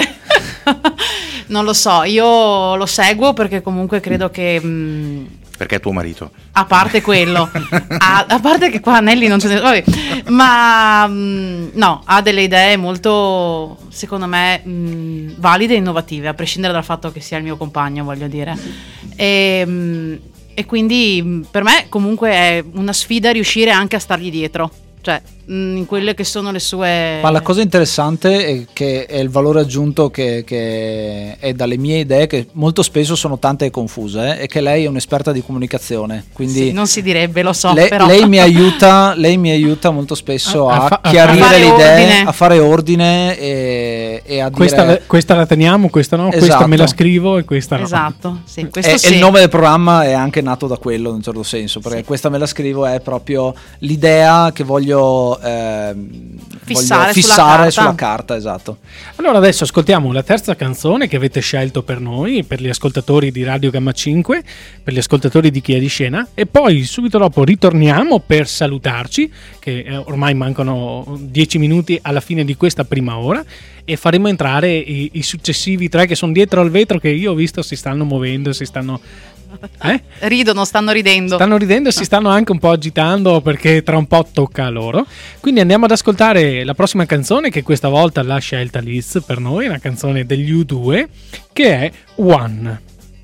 Non lo so, io lo seguo perché comunque credo che mh, Perché è tuo marito. a parte quello, a, a parte che qua anelli non ce ne vabbè, ma mh, no, ha delle idee molto, secondo me, mh, valide e innovative, a prescindere dal fatto che sia il mio compagno, voglio dire. E, mh, e quindi mh, per me comunque è una sfida riuscire anche a stargli dietro, cioè mh, in quelle che sono le sue... Ma la cosa interessante è che è il valore aggiunto che, che è dalle mie idee, che molto spesso sono tante e confuse, eh, è che lei è un'esperta di comunicazione, quindi Sì, non si direbbe, lo so, lei, però... lei mi aiuta lei mi aiuta molto spesso A- a, a fa- a chiarire fare le idee, ordine. a fare ordine e, e a Questa, dire questa la teniamo, questa no, questa Esatto. me la scrivo e questa no. Esatto, sì, questo e, e sì. il nome del programma è anche nato da quello in un certo senso, perché Sì. questa me la scrivo è proprio l'idea che voglio, ehm, Fissare voglio sulla fissare carta. sulla carta, esatto. Allora adesso ascoltiamo la terza canzone che avete scelto per noi, per gli ascoltatori di Radio Gamma cinque, per gli ascoltatori di Chi è di Scena, e poi subito dopo ritorniamo per salutarci, che eh, ormai mancano dieci minuti alla fine di questa prima ora, e faremo entrare i, i successivi tre che sono dietro al vetro, che io ho visto si stanno muovendo, si stanno... Eh? Ridono, stanno ridendo. Stanno ridendo e si stanno anche un po' agitando perché tra un po' tocca a loro. Quindi andiamo ad ascoltare la prossima canzone, che questa volta l'ha scelta Liz per noi, una canzone degli U due, che è One.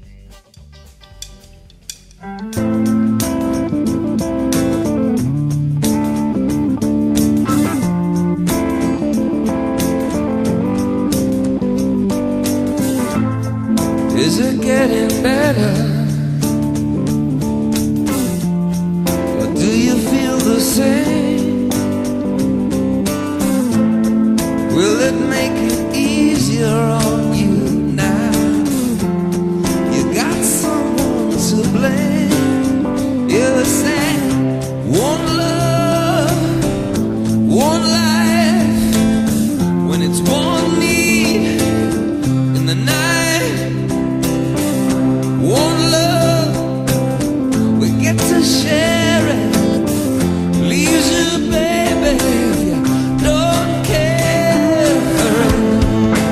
Is it getting better? Or do you feel the same? Will it make it easier on you now? You got someone to blame. You say one love, one life. When it's one need in the night. One love, we get to share it. Leaves you, baby, if you don't care for it.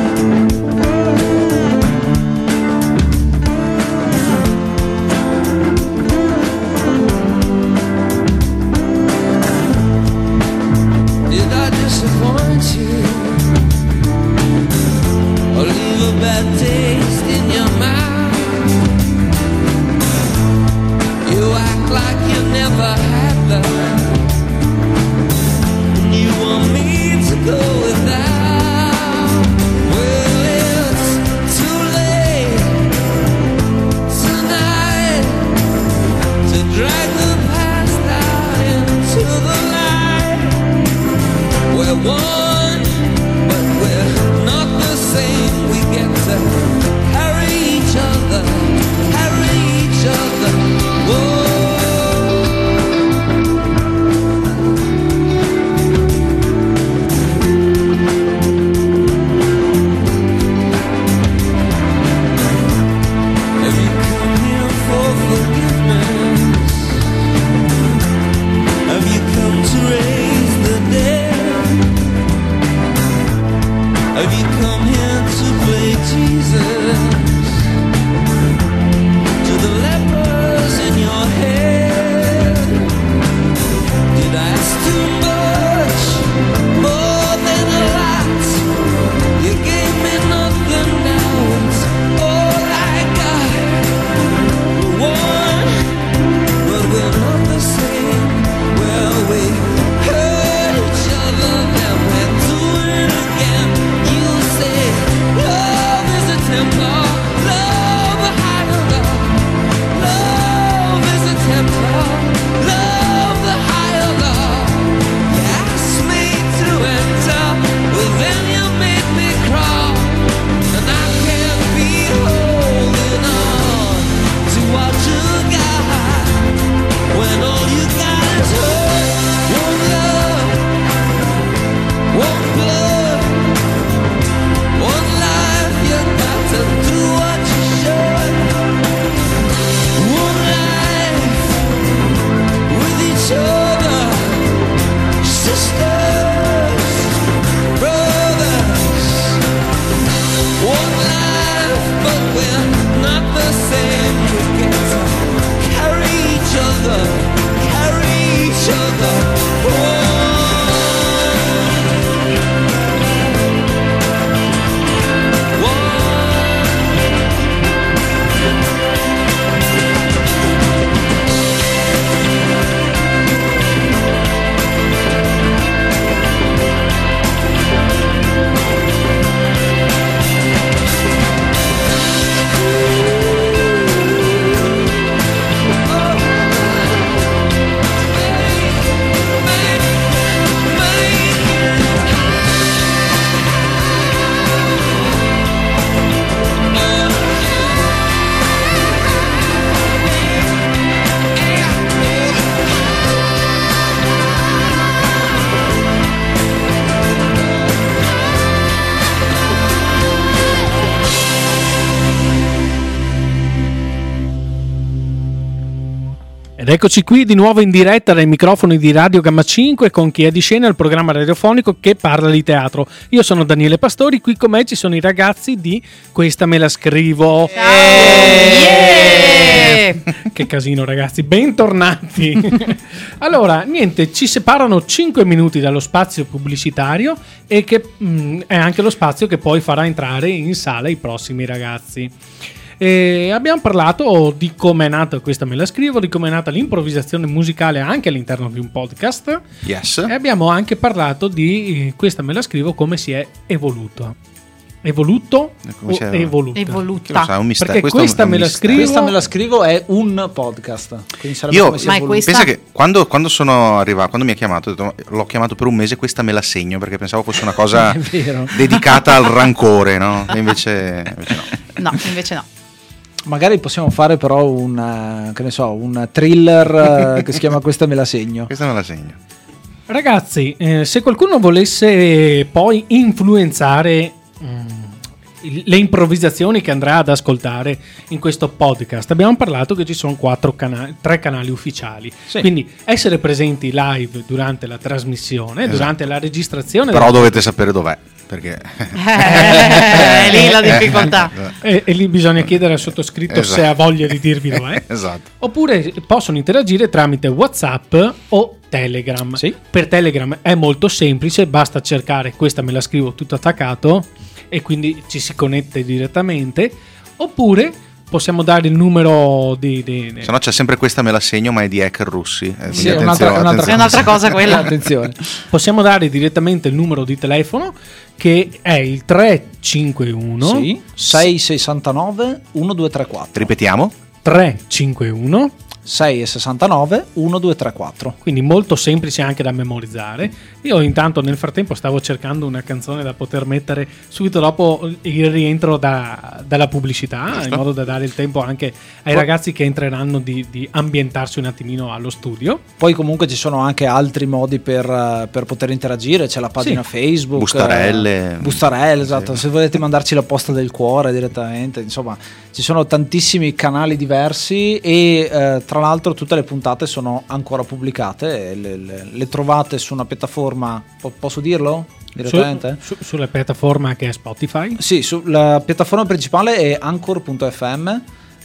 Did I disappoint you? Or leave a bad taste in your mouth? You act like you never had love. You want me to go without. Well, it's too late tonight to drag the past out into the light. We're one, but we're not the same. We get to carry each Ed eccoci qui di nuovo in diretta dai microfoni di Radio Gamma cinque con Chi è di scena, il programma radiofonico che parla di teatro. Io sono Daniele Pastori, qui con me ci sono i ragazzi di Questa me la scrivo. Yeah! Che casino ragazzi, bentornati. Allora, niente, ci separano cinque minuti dallo spazio pubblicitario e che mh, è anche lo spazio che poi farà entrare in sala i prossimi ragazzi. E abbiamo parlato di come è nata Questa me la scrivo, di come è nata l'improvvisazione musicale anche all'interno di un podcast. Yes. E abbiamo anche parlato di Questa me la scrivo, come si è evoluto. Evoluto Come si o è- evoluta? Che lo Evoluta. sa, è un mistero. Perché Questo è un- questa è un me la mistero. scrivo. Questa me la scrivo è un podcast. Quindi sarebbe Io come si Ma è evolve. questa- pensa che quando, quando sono arrivato, quando mi ha chiamato, ho detto, l'ho chiamato per un mese, questa me la segno perché pensavo fosse una cosa È vero. dedicata al rancore, no? E invece, invece no. No, invece no. Magari possiamo fare però un, eh, che ne so, un thriller eh, che si chiama Questa me la segno. Questa me la segno. Ragazzi, eh, se qualcuno volesse poi influenzare mm, il- le improvvisazioni che andrà ad ascoltare in questo podcast, abbiamo parlato che ci sono quattro canali, tre canali ufficiali. Sì. Quindi essere presenti live durante la trasmissione, Esatto. durante la registrazione. Però dovete sapere dov'è, perché È lì la difficoltà. e, e lì bisogna chiedere al sottoscritto Esatto. se ha voglia di dirvi dov'è. Esatto. Oppure possono interagire tramite WhatsApp o Telegram. Sì. Per Telegram è molto semplice, basta cercare Questa me la scrivo tutto attaccato e quindi ci si connette direttamente. Oppure possiamo dare il numero di... di- di- Se no c'è sempre questa me la segno, ma è di hacker russi. Eh, quindi Sì, è attenzione, un'altra, è un'altra attenzione. È un'altra cosa quella. Attenzione. Possiamo dare direttamente il numero di telefono che è il tre cinque uno Sì. sei sessantanove uno due tre quattro. Ripetiamo. tre cinque uno, sei sessantanove uno due tre quattro. quindi molto semplice anche da memorizzare. Io intanto nel frattempo stavo cercando una canzone da poter mettere subito dopo il rientro da- dalla pubblicità, Giusto. in modo da dare il tempo anche ai ragazzi che entreranno di, di ambientarsi un attimino allo studio. Poi comunque ci sono anche altri modi per, eh, per poter interagire, c'è la pagina Sì. Facebook, Bustarelle. eh, bustarelle, esatto, Sì. se volete mandarci la posta del cuore direttamente, insomma ci sono tantissimi canali diversi e eh, tra l'altro tutte le puntate sono ancora pubblicate, e le, le- le trovate su una piattaforma, po- posso dirlo? Direttamente? Su- su- sulla piattaforma che è Spotify. Sì, su- la piattaforma principale è anchor punto effe emme,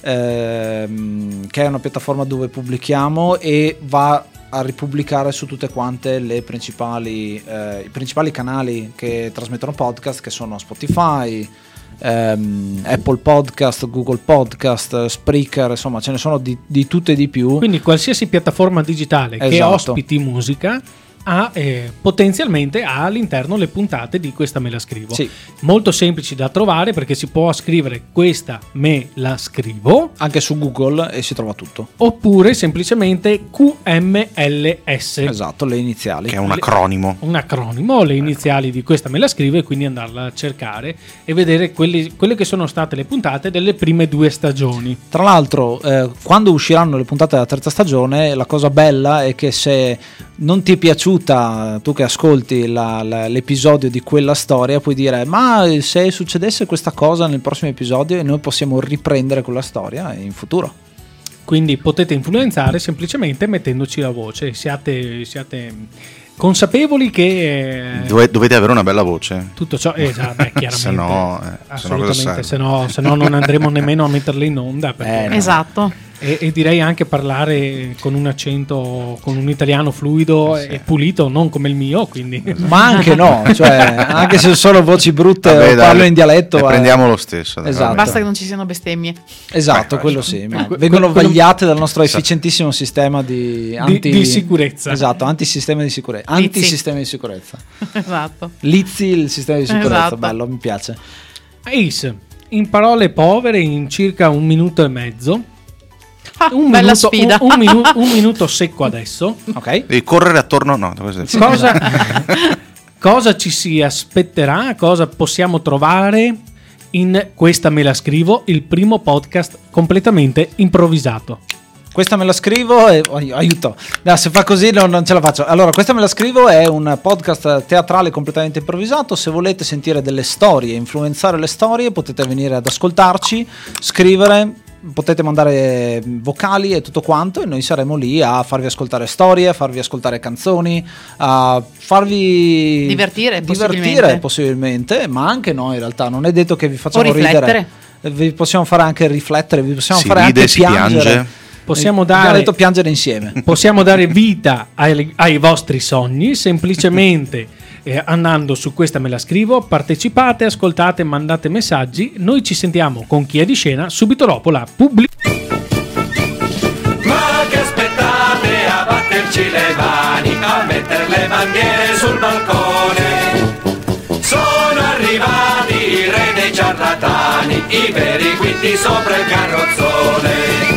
ehm, che è una piattaforma dove pubblichiamo e va a ripubblicare su tutte quante le principali, eh, i principali canali che trasmettono podcast, che sono Spotify, ehm, Apple Podcast, Google Podcast, Spreaker, insomma ce ne sono di, di tutte e di più. Quindi qualsiasi piattaforma digitale che Esatto. ospiti musica ha eh, potenzialmente ha all'interno le puntate di Questa me la scrivo. Sì. Molto semplici da trovare perché si può scrivere Questa me la scrivo Anche su Google e si trova tutto. oppure semplicemente Q M L S. Esatto, le iniziali. Che è un acronimo. Un acronimo, le iniziali di Questa me la scrivo, e quindi andarla a cercare e vedere quelli- quelle che sono state le puntate delle prime due stagioni. Tra l'altro, eh, quando usciranno le puntate della terza stagione, la cosa bella è che se non ti è piaciuta, tu che ascolti la- la- l'episodio di quella storia, puoi dire: ma se succedesse questa cosa nel prossimo episodio, e noi possiamo riprendere quella storia in futuro. Quindi potete influenzare semplicemente mettendoci la voce. Siate, siate consapevoli che eh, Dove- dovete avere una bella voce. tutto ciò eh, già, beh, chiaramente, Se no, eh, se no cosa assolutamente, serve? se no, se no non andremo nemmeno a metterle in onda perché- Eh, no. Esatto. e, e direi anche parlare con un accento, con un italiano fluido e pulito, non come il mio, quindi Ma anche no, cioè, anche se sono voci brutte Vabbè, o dai, parlo in dialetto, le eh, prendiamo lo stesso. dai, Esatto. vabbè. Basta che non ci siano bestemmie. esatto, Beh, quello questo- sì, ma que- vengono quello- vagliate dal nostro efficientissimo sistema di, anti- di sicurezza. Esatto, antisistema di sicurezza. Lizzi. Antisistema di sicurezza. Esatto. Lizzi il sistema di sicurezza, Esatto. bello, mi piace. Ace, in parole povere, in circa un minuto e mezzo. Ah, Un bella minuto, sfida. Un, un minu- un minuto secco adesso. Ok? Devi correre attorno. No, questo è- Cosa, cosa ci si aspetterà? Cosa possiamo trovare in Questa me la scrivo, il primo podcast completamente improvvisato. Questa me la scrivo e oh, aiuto. No, se fa così non, non ce la faccio. Allora, questa me la scrivo è un podcast teatrale completamente improvvisato. Se volete sentire delle storie, influenzare le storie, potete venire ad ascoltarci, scrivere. potete mandare vocali e tutto quanto, e noi saremo lì a farvi ascoltare storie, a farvi ascoltare canzoni, a farvi Divertire, divertire possibilmente. possibilmente, ma anche noi in realtà non è detto che vi facciamo O riflettere. ridere, vi possiamo fare anche riflettere, vi possiamo Si fare ride, anche si piangere. piange. Possiamo Abbiamo dare, detto piangere insieme. possiamo dare vita ai, ai vostri sogni semplicemente eh, andando su Questa me la scrivo, partecipate, ascoltate, mandate messaggi. Noi ci sentiamo con Chi è di scena subito dopo la pubblicità. Ma che aspettate a batterci le mani, a mettere le bandiere sul balcone? Sono arrivati i re dei ciarlatani, i veri quinti sopra il carrozzone.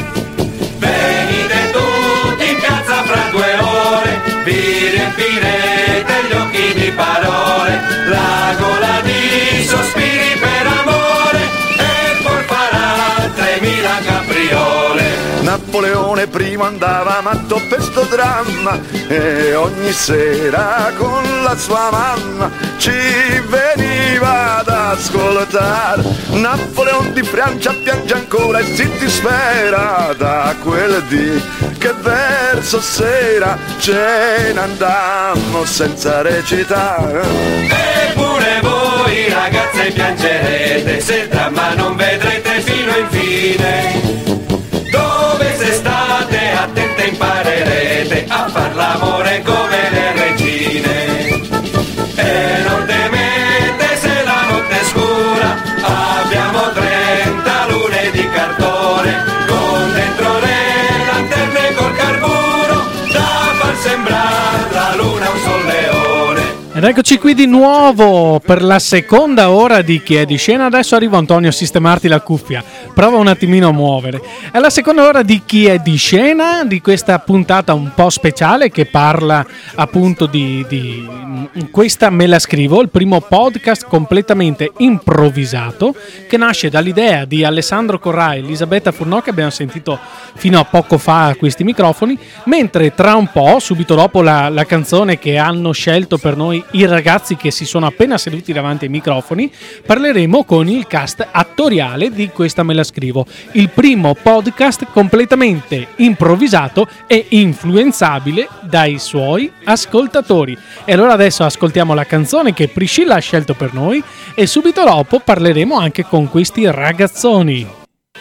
Venite tutti in piazza fra due ore, vi riempirete gli occhi di parole, la gola di sospiri per amore e poi farà tremila capriole. Napoleone prima andava matto per sto dramma e ogni sera con la sua mamma ci veniva ad ascoltare. Napoleone di Francia piange ancora e si dispera da quel dì che verso sera ce ne andammo senza recitare. Eppure voi ragazze piangerete se il dramma non vedrete fino in fine. Dove se state attente imparerete a far l'amore come le regine. E non temete se la notte è scura, abbiamo trenta lune di cartone, con dentro le lanterne col carburo, da far sembrare la luna un solleone. Ed eccoci qui di nuovo per la seconda ora di Chi è di scena. Adesso arriva Antonio a sistemarti la cuffia. Prova un attimino a muovere. È la seconda ora di Chi è di scena, di questa puntata un po' speciale che parla appunto di, di Questa me la scrivo, il primo podcast completamente improvvisato che nasce dall'idea di Alessandro Corrà e Elisabetta Furnò, che abbiamo sentito fino a poco fa a questi microfoni, mentre tra un po', subito dopo la, la canzone che hanno scelto per noi i ragazzi che si sono appena seduti davanti ai microfoni, parleremo con il cast attoriale di Questa me la scrivo, il primo podcast completamente improvvisato e influenzabile dai suoi ascoltatori. E allora adesso ascoltiamo la canzone che Priscilla ha scelto per noi e subito dopo parleremo anche con questi ragazzoni.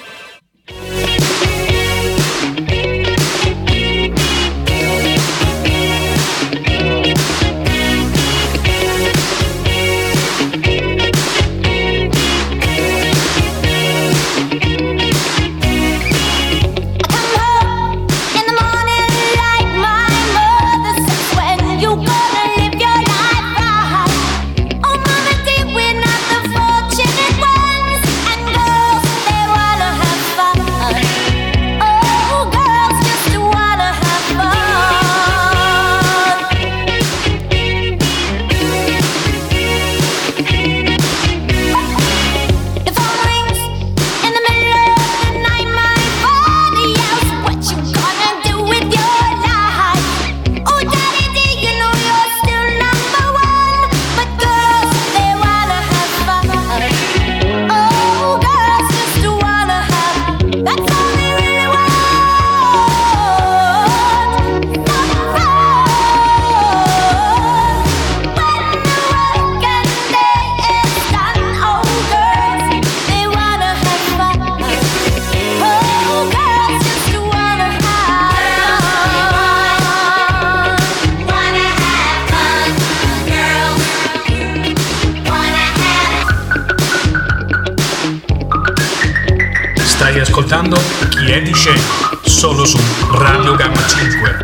Stai ascoltando Chi è di scena, solo su Radio Gamma cinque.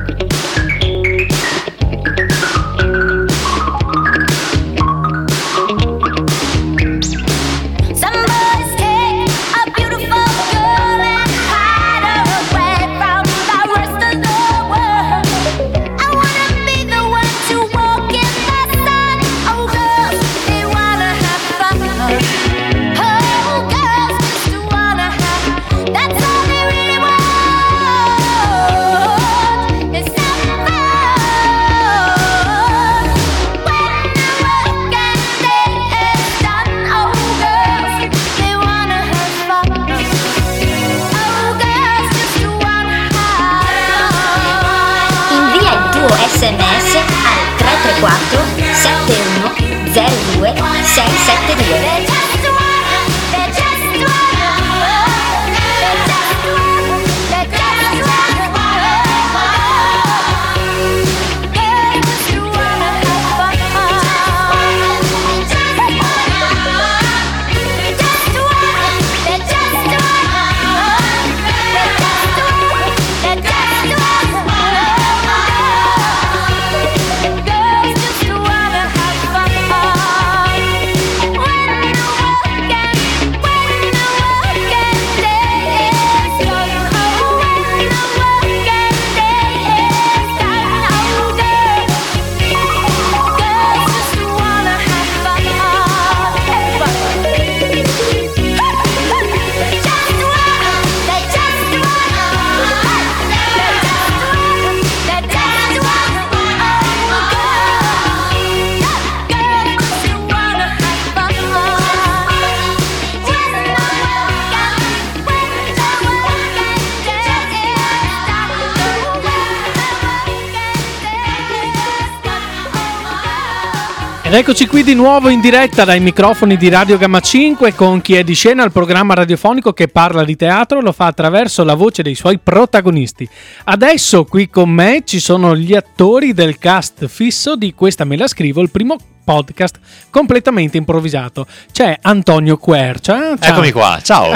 It's sms al tre tre quattro sette uno zero due sei sette due. Ed eccoci qui di nuovo in diretta dai microfoni di Radio Gamma cinque con Chi è di scena, il programma radiofonico che parla di teatro, lo fa attraverso la voce dei suoi protagonisti. Adesso qui con me ci sono gli attori del cast fisso di Questa me la scrivo, il primo podcast completamente improvvisato. C'è Antonio Quercia. Ciao. Eccomi qua, ciao.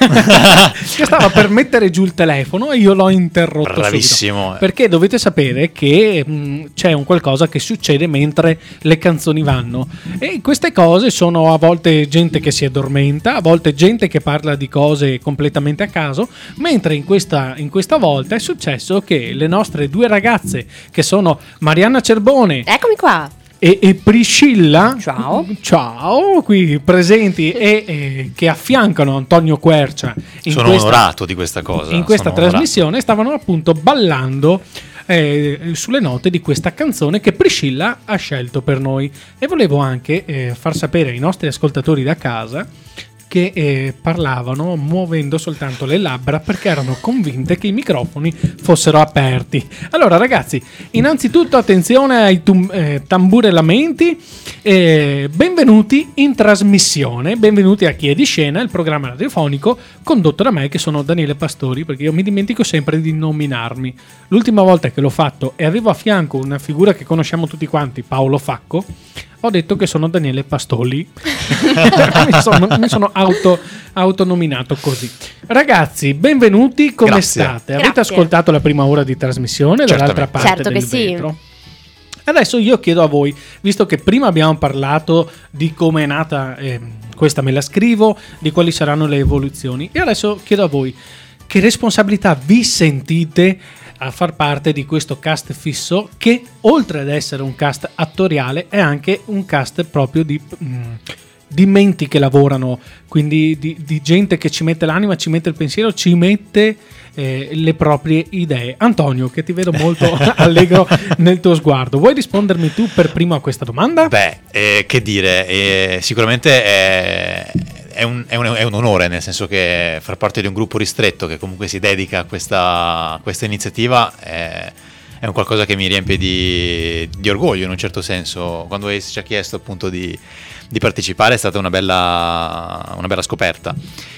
Che stava per mettere giù il telefono e io l'ho interrotto. Bravissimo. Subito, perché dovete sapere che mh, c'è un qualcosa che succede mentre le canzoni vanno, e queste cose sono a volte gente che si addormenta, a volte gente che parla di cose completamente a caso, mentre in questa, in questa volta è successo che le nostre due ragazze, che sono Marianna Cerbone, eccomi qua, E, e Priscilla, ciao, ciao, qui presenti e, e che affiancano Antonio Quercia in sono questa, onorato di questa cosa. in questa sono trasmissione, stavano appunto ballando eh, sulle note di questa canzone che Priscilla ha scelto per noi, e volevo anche eh, far sapere ai nostri ascoltatori da casa che eh, parlavano muovendo soltanto le labbra perché erano convinte che i microfoni fossero aperti. Allora ragazzi, innanzitutto attenzione ai tum- eh, tamburelamenti, eh, benvenuti in trasmissione, benvenuti a Chi è di scena, il programma radiofonico condotto da me, che sono Daniele Pastori, perché io mi dimentico sempre di nominarmi. L'ultima volta che l'ho fatto e avevo a fianco una figura che conosciamo tutti quanti, Paolo Facco, ho detto che sono Daniele Pastoli. mi sono, mi sono auto, autonominato così. Ragazzi, benvenuti, come Grazie. state? Grazie. Avete ascoltato la prima ora di trasmissione dall'altra parte Certo del che sì. vetro? Adesso io chiedo a voi, visto che prima abbiamo parlato di come è nata eh, Questa me la scrivo, di quali saranno le evoluzioni, e adesso chiedo a voi, che responsabilità vi sentite a far parte di questo cast fisso, che oltre ad essere un cast attoriale è anche un cast proprio di, mh, di menti che lavorano, quindi di, di gente che ci mette l'anima, ci mette il pensiero, ci mette eh, le proprie idee. Antonio, che ti vedo molto allegro nel tuo sguardo, vuoi rispondermi tu per primo a questa domanda? Beh, eh, che dire, eh, sicuramente è, è, un, è, un, è un onore, nel senso che far parte di un gruppo ristretto che comunque si dedica a questa, a questa iniziativa è, è un qualcosa che mi riempie di, di orgoglio in un certo senso. Quando ci ha chiesto appunto di, di partecipare è stata una bella, una bella scoperta,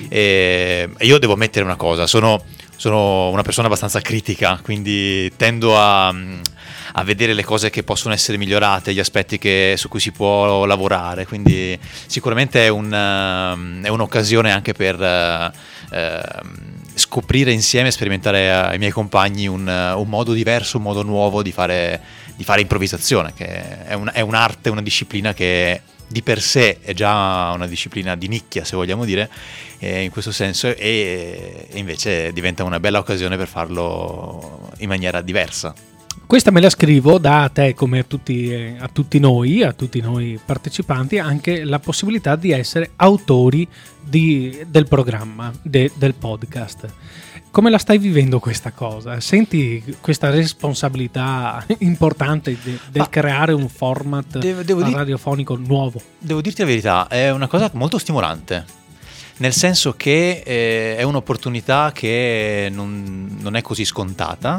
e io devo ammettere una cosa, sono, sono una persona abbastanza critica, quindi tendo a... a vedere le cose che possono essere migliorate, gli aspetti che, su cui si può lavorare, quindi sicuramente è, un, uh, è un'occasione anche per uh, uh, scoprire insieme, sperimentare ai miei compagni un, uh, un modo diverso, un modo nuovo di fare, di fare improvvisazione, che è, un, è un'arte, una disciplina che di per sé è già una disciplina di nicchia, se vogliamo dire, eh, in questo senso, e, e invece diventa una bella occasione per farlo in maniera diversa. Questa me la scrivo, dà a te come a tutti, eh, a tutti noi, a tutti noi partecipanti, anche la possibilità di essere autori di, del programma, de, del podcast. Come la stai vivendo questa cosa? Senti questa responsabilità importante de, del Ma creare un format devo, devo dir- radiofonico nuovo? Devo dirti la verità, è una cosa molto stimolante, nel senso che eh, è un'opportunità che non, non è così scontata.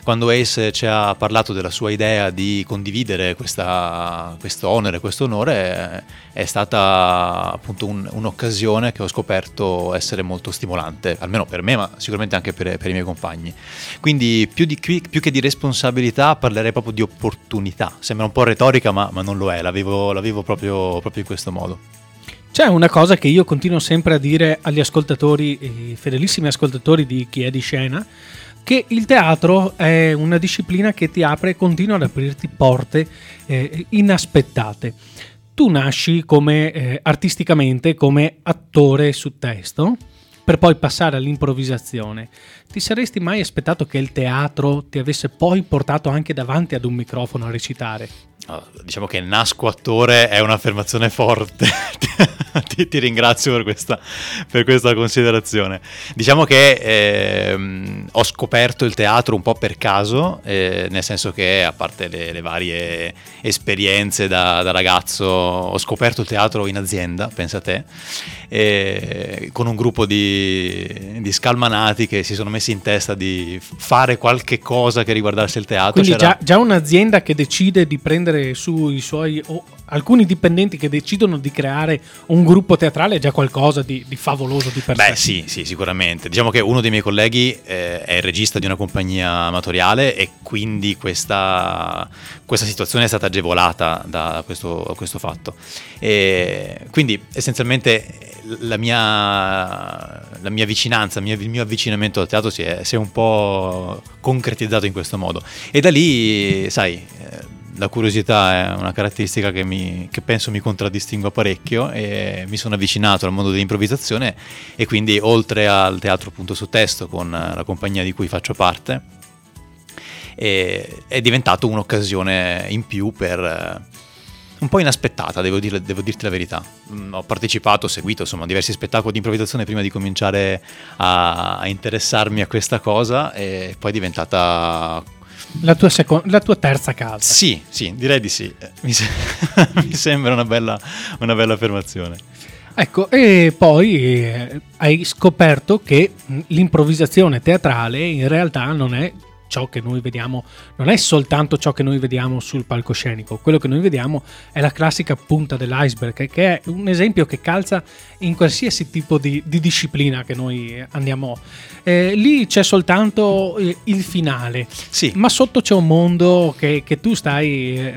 quando Ace ci ha parlato della sua idea di condividere questa, questo onere, questo onore, è stata appunto un, un'occasione che ho scoperto essere molto stimolante, almeno per me, ma sicuramente anche per, per i miei compagni. Quindi più, di, più che di responsabilità parlerei proprio di opportunità. Sembra un po' retorica, ma, ma non lo è, la vivo, la vivo proprio, proprio in questo modo. C'è una cosa che io continuo sempre a dire agli ascoltatori, i fedelissimi ascoltatori di Chi è di Scena, che il teatro è una disciplina che ti apre e continua ad aprirti porte eh, inaspettate. Tu nasci come eh, artisticamente come attore su testo, per poi passare all'improvvisazione. Ti saresti mai aspettato che il teatro ti avesse poi portato anche davanti ad un microfono a recitare? Oh, diciamo che nasco attore è un'affermazione forte. ti, ti ringrazio per questa, per questa considerazione. Diciamo che ehm, ho scoperto il teatro un po' per caso, eh, nel senso che a parte le, le varie esperienze da, da ragazzo, ho scoperto il teatro in azienda, pensa a te, eh, con un gruppo di, di scalmanati che si sono messi in testa di fare qualche cosa che riguardasse il teatro. Quindi C'era... già, già un'azienda che decide di prendere su i suoi o alcuni dipendenti che decidono di creare un gruppo teatrale è già qualcosa di, di favoloso di per sé. Beh sì, sì, sicuramente. Diciamo che uno dei miei colleghi eh, è il regista di una compagnia amatoriale e quindi questa, questa situazione è stata agevolata da questo, questo fatto. E quindi essenzialmente la mia, la mia vicinanza, il mio, il mio avvicinamento al teatro si è, si è un po' concretizzato in questo modo. E da lì, sai... Eh, la curiosità è una caratteristica che, mi, che penso mi contraddistingua parecchio e mi sono avvicinato al mondo dell'improvvisazione e quindi oltre al teatro appunto su testo con la compagnia di cui faccio parte è, è diventato un'occasione in più per un po' inaspettata, devo, dire, devo dirti la verità. Ho partecipato, ho seguito insomma diversi spettacoli di improvvisazione prima di cominciare a, a interessarmi a questa cosa e poi è diventata... La tua, seco- la tua terza casa. Sì, sì, direi di sì. Mi, se- mi sembra una bella, una bella affermazione. Ecco, e poi eh, hai scoperto che l'improvvisazione teatrale in realtà non è ciò che noi vediamo, non è soltanto ciò che noi vediamo sul palcoscenico. Quello che noi vediamo è la classica punta dell'iceberg, che è un esempio che calza in qualsiasi tipo di, di disciplina che noi andiamo. Eh, lì c'è soltanto eh, il finale, sì. Ma sotto c'è un mondo che, che tu stai eh,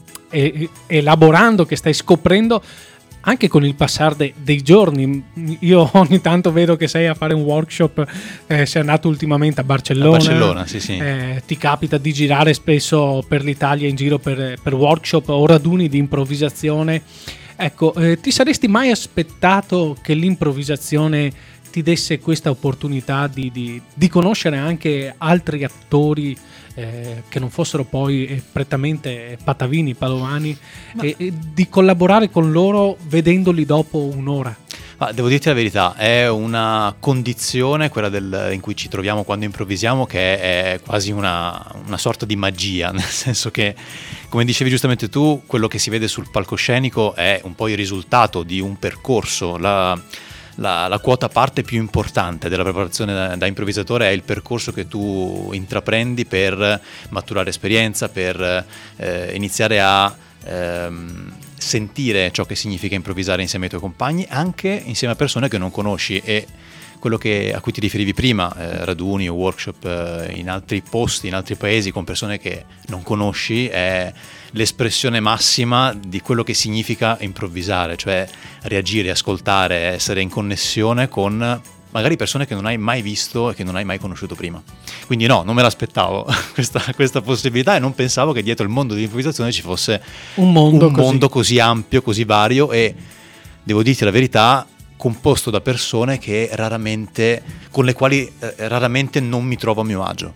eh, elaborando, che stai scoprendo anche con il passare de- dei giorni. Io ogni tanto vedo che sei a fare un workshop, eh, sei andato ultimamente a Barcellona. A Barcellona, sì, sì. Eh, ti capita di girare spesso per l'Italia in giro per, per workshop o raduni di improvvisazione. Ecco, eh, ti saresti mai aspettato che l'improvvisazione ti desse questa opportunità di, di, di conoscere anche altri attori eh, che non fossero poi eh, prettamente patavini, padovani, e, e di collaborare con loro vedendoli dopo un'ora? Ah, devo dirti la verità, è una condizione, quella del, in cui ci troviamo quando improvvisiamo, che è quasi una, una sorta di magia, nel senso che, come dicevi giustamente tu, quello che si vede sul palcoscenico è un po' il risultato di un percorso. La, la, la quota parte più importante della preparazione da, da improvvisatore è il percorso che tu intraprendi per maturare esperienza, per eh, iniziare a ehm, sentire ciò che significa improvvisare insieme ai tuoi compagni, anche insieme a persone che non conosci. E quello che, a cui ti riferivi prima, eh, raduni o workshop eh, in altri posti, in altri paesi con persone che non conosci, è l'espressione massima di quello che significa improvvisare, cioè reagire, ascoltare, essere in connessione con magari persone che non hai mai visto e che non hai mai conosciuto prima. Quindi no, non me l'aspettavo questa, questa possibilità, e non pensavo che dietro il mondo dell'improvvisazione ci fosse un mondo, un così. mondo così ampio, così vario, e devo dirti la verità, composto da persone che raramente, con le quali eh, raramente non mi trovo a mio agio.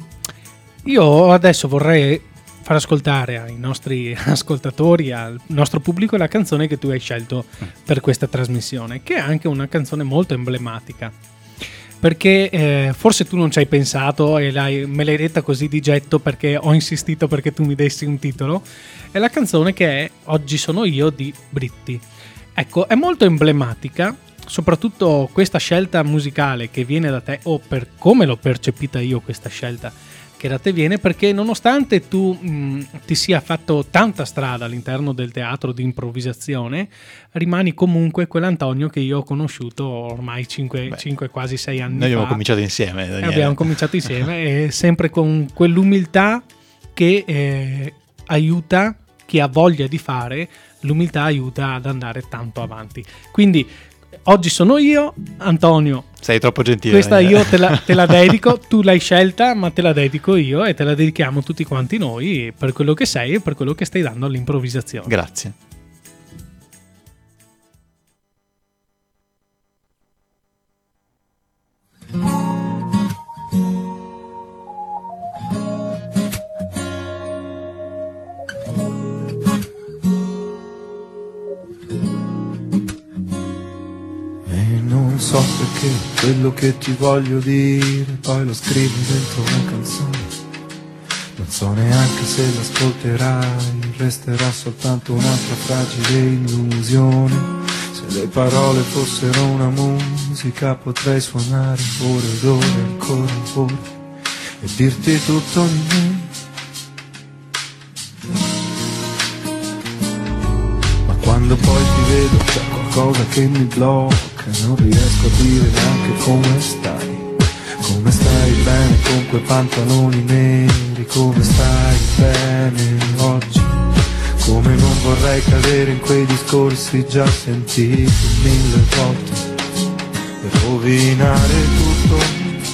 Io adesso vorrei far ascoltare ai nostri ascoltatori, al nostro pubblico, la canzone che tu hai scelto per questa trasmissione, che è anche una canzone molto emblematica, perché eh, forse tu non ci hai pensato e l'hai, me l'hai detta così di getto perché ho insistito perché tu mi dessi un titolo. È la canzone che è Oggi sono io di Britti. Ecco, è molto emblematica, soprattutto questa scelta musicale che viene da te, o per come l'ho percepita io questa scelta, che da te viene, perché nonostante tu mh, ti sia fatto tanta strada all'interno del teatro di improvvisazione, rimani comunque quell'Antonio che io ho conosciuto ormai cinque, quasi sei anni Noi abbiamo fa. cominciato insieme, Daniele. Abbiamo cominciato insieme e sempre con quell'umiltà che eh, aiuta chi ha voglia di fare, l'umiltà aiuta ad andare tanto avanti. Quindi oggi sono io, Antonio. Sei troppo gentile. Questa Daniele. io te la, te la dedico, tu l'hai scelta, ma te la dedico io e te la dedichiamo tutti quanti noi per quello che sei e per quello che stai dando all'improvvisazione. Grazie. Non so perché quello che ti voglio dire poi lo scrivo dentro una canzone. Non so neanche se l'ascolterai, resterà soltanto un'altra fragile illusione. Se le parole fossero una musica potrei suonare ore ed ore, ancora ore, e dirti tutto di me. Ma quando poi ti vedo c'è qualcosa che mi blocca, non riesco a dire neanche come stai. Come stai bene con quei pantaloni neri, come stai bene oggi. Come non vorrei cadere in quei discorsi già sentiti mille volte per rovinare tutto.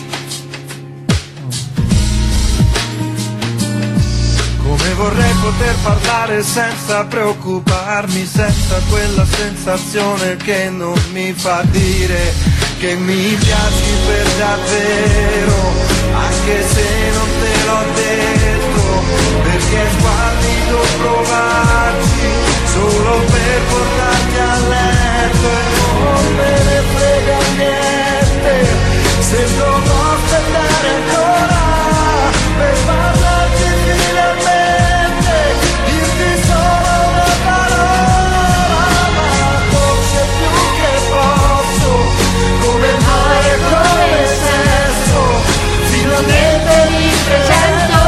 Come vorrei poter parlare senza preoccuparmi, senza quella sensazione che non mi fa dire che mi piaci per davvero, anche se non te l'ho detto, perché è sguardido provarci solo per portarti a letto e non me ne frega niente se dovrò aspettare ancora per parlarti finalmente, dirti solo una parola, ma non c'è più che posso, come mare, come sesso, finalmente mi presento.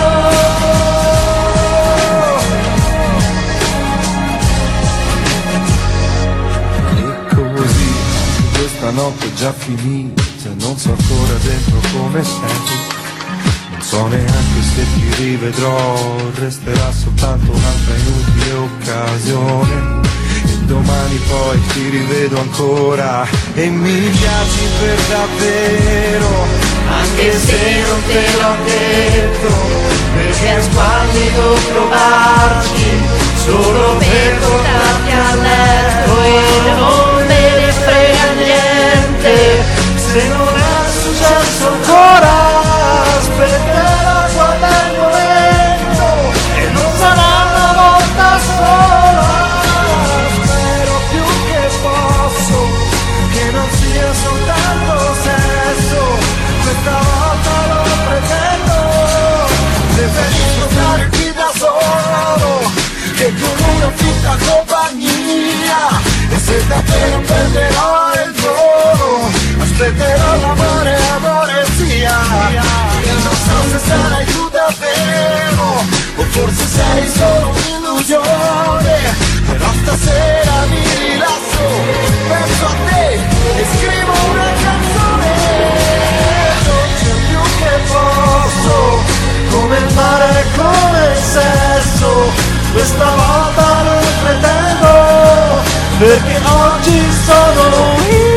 E così questa notte è già finita, non so ancora dentro come sei. Non so neanche se ti rivedrò, resterà soltanto un'altra inutile occasione. E domani poi ti rivedo ancora e mi piaci per davvero, anche se non te l'ho detto, perché è squallido provarci solo per portarti a letto e non me ne frega niente se non è successo ancora. Aspetterò quel momento e non sarà una volta sola. Spero più che posso che non sia soltanto sesso, questa volta lo pretendo. Preferisco stare qui da solo che con una fitta compagnia, e se davvero perderò il volo aspetterò l'amore, amore sia. Io non so se sarai tu davvero o forse sei solo un'illusione, però stasera mi rilasso, penso a te e scrivo una canzone. Non c'è più che posso, come il mare, come il sesso, questa volta non pretendo, perché oggi sono io.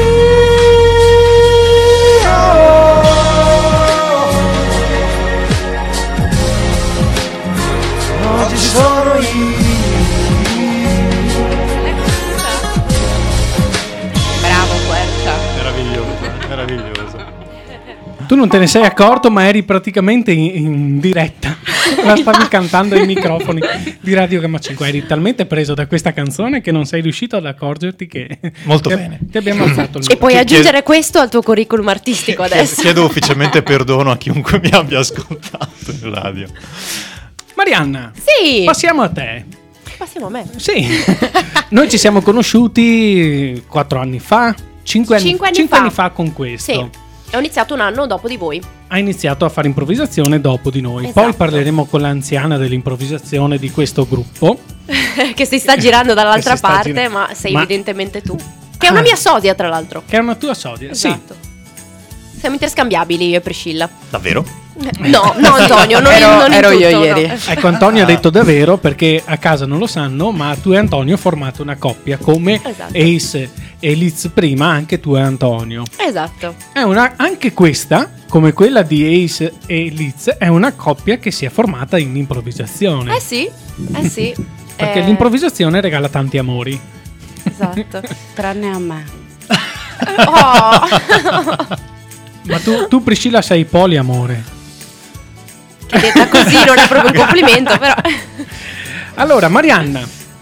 Oggi sono io. Bravo Quercia. Meraviglioso, meraviglioso. Tu non te ne sei accorto, ma eri praticamente in, in diretta. La stavi cantando ai microfoni di Radio Gamma cinque. Eri talmente preso da questa canzone che non sei riuscito ad accorgerti che Molto ti, bene. Ti abbiamo alzato il E puoi Chiedo- aggiungere questo al tuo curriculum artistico adesso. Chiedo ufficialmente perdono a chiunque mi abbia ascoltato in radio. Marianna, Sì. passiamo a te. Passiamo a me. Sì, noi ci siamo conosciuti quattro anni fa, cinque anni, Cinque anni cinque fa. anni fa con questo. Sì. Ho iniziato un anno dopo di voi. ha iniziato a fare improvvisazione dopo di noi. Esatto. Poi parleremo con l'anziana dell'improvvisazione di questo gruppo. Che si sta girando dall'altra Che si sta parte, gira- ma sei Ma- evidentemente tu. Che è una mia sosia, tra l'altro. Che è una tua sosia, Esatto. Siamo interscambiabili io e Priscilla. Davvero? No, no Antonio, non, Ero- non in ero io tutto, ieri. no. sì. Ecco, Antonio ha detto davvero perché a casa non lo sanno, ma tu e Antonio formate una coppia come Esatto. Ace e Liz prima, anche tu e Antonio. Esatto. È una, anche questa, come quella di Ace e Liz, è una coppia che si è formata in improvvisazione. Eh sì, eh sì. Perché Eh, l'improvvisazione regala tanti amori. Esatto. Tranne a me. Oh. Ma tu, tu Priscilla, sei poliamore. Che detta così non è proprio un complimento, però. Allora, Marianna,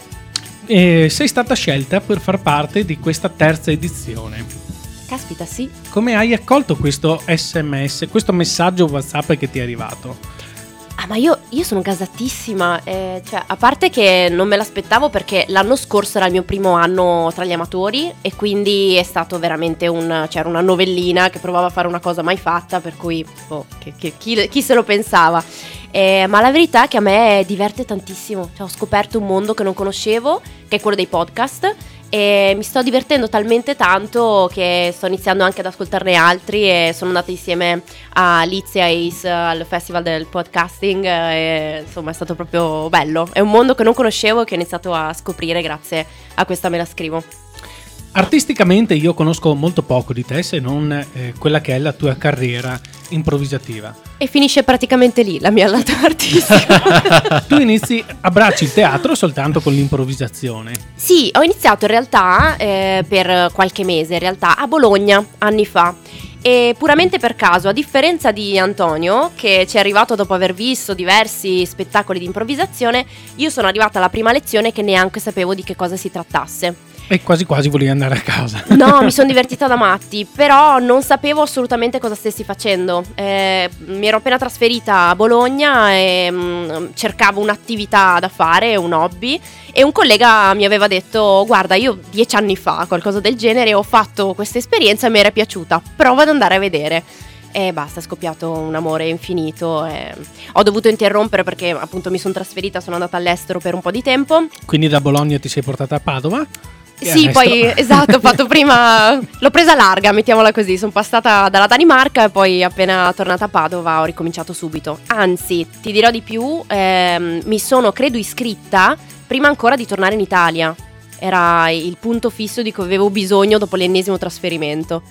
eh, sei stata scelta per far parte di questa terza edizione. Caspita, sì. Come hai accolto questo sms, questo messaggio WhatsApp che ti è arrivato? Ah, ma io, io sono gasatissima, eh, cioè, a parte che non me l'aspettavo perché l'anno scorso era il mio primo anno tra gli amatori e quindi è stato veramente un, c'era una novellina che provava a fare una cosa mai fatta, per cui boh, che, che- chi, chi se lo pensava. Eh, ma la verità è che a me diverte tantissimo, cioè, ho scoperto un mondo che non conoscevo, che è quello dei podcast, e mi sto divertendo talmente tanto che sto iniziando anche ad ascoltarne altri e sono andata insieme a Liz e a Ace al festival del podcasting e insomma è stato proprio bello, è un mondo che non conoscevo e che ho iniziato a scoprire grazie a questa Me la scrivo. Artisticamente io conosco molto poco di te, se non eh, quella che è la tua carriera improvvisativa. E finisce praticamente lì la mia lato artistica. Tu inizi, abbracci il teatro soltanto con l'improvvisazione. Sì, ho iniziato in realtà eh, per qualche mese, in realtà a Bologna, anni fa. E puramente per caso, a differenza di Antonio, che ci è arrivato dopo aver visto diversi spettacoli di improvvisazione, io sono arrivata alla prima lezione che neanche sapevo di che cosa si trattasse. E quasi quasi volevi andare a casa. No, mi sono divertita da matti, però non sapevo assolutamente cosa stessi facendo. Eh, mi ero appena trasferita a Bologna e mm, cercavo un'attività da fare, un hobby, e un collega mi aveva detto: guarda, io dieci anni fa, qualcosa del genere, ho fatto questa esperienza e mi era piaciuta, prova ad andare a vedere. E basta, è scoppiato un amore infinito. E ho dovuto interrompere perché appunto mi sono trasferita, sono andata all'estero per un po' di tempo. Quindi da Bologna ti sei portata a Padova? E Sì, adesso- poi esatto, ho fatto prima, l'ho presa larga, mettiamola così, sono passata dalla Danimarca e poi appena tornata a Padova ho ricominciato subito. Anzi, ti dirò di più, ehm, mi sono credo iscritta prima ancora di tornare in Italia. Era il punto fisso di cui avevo bisogno dopo l'ennesimo trasferimento.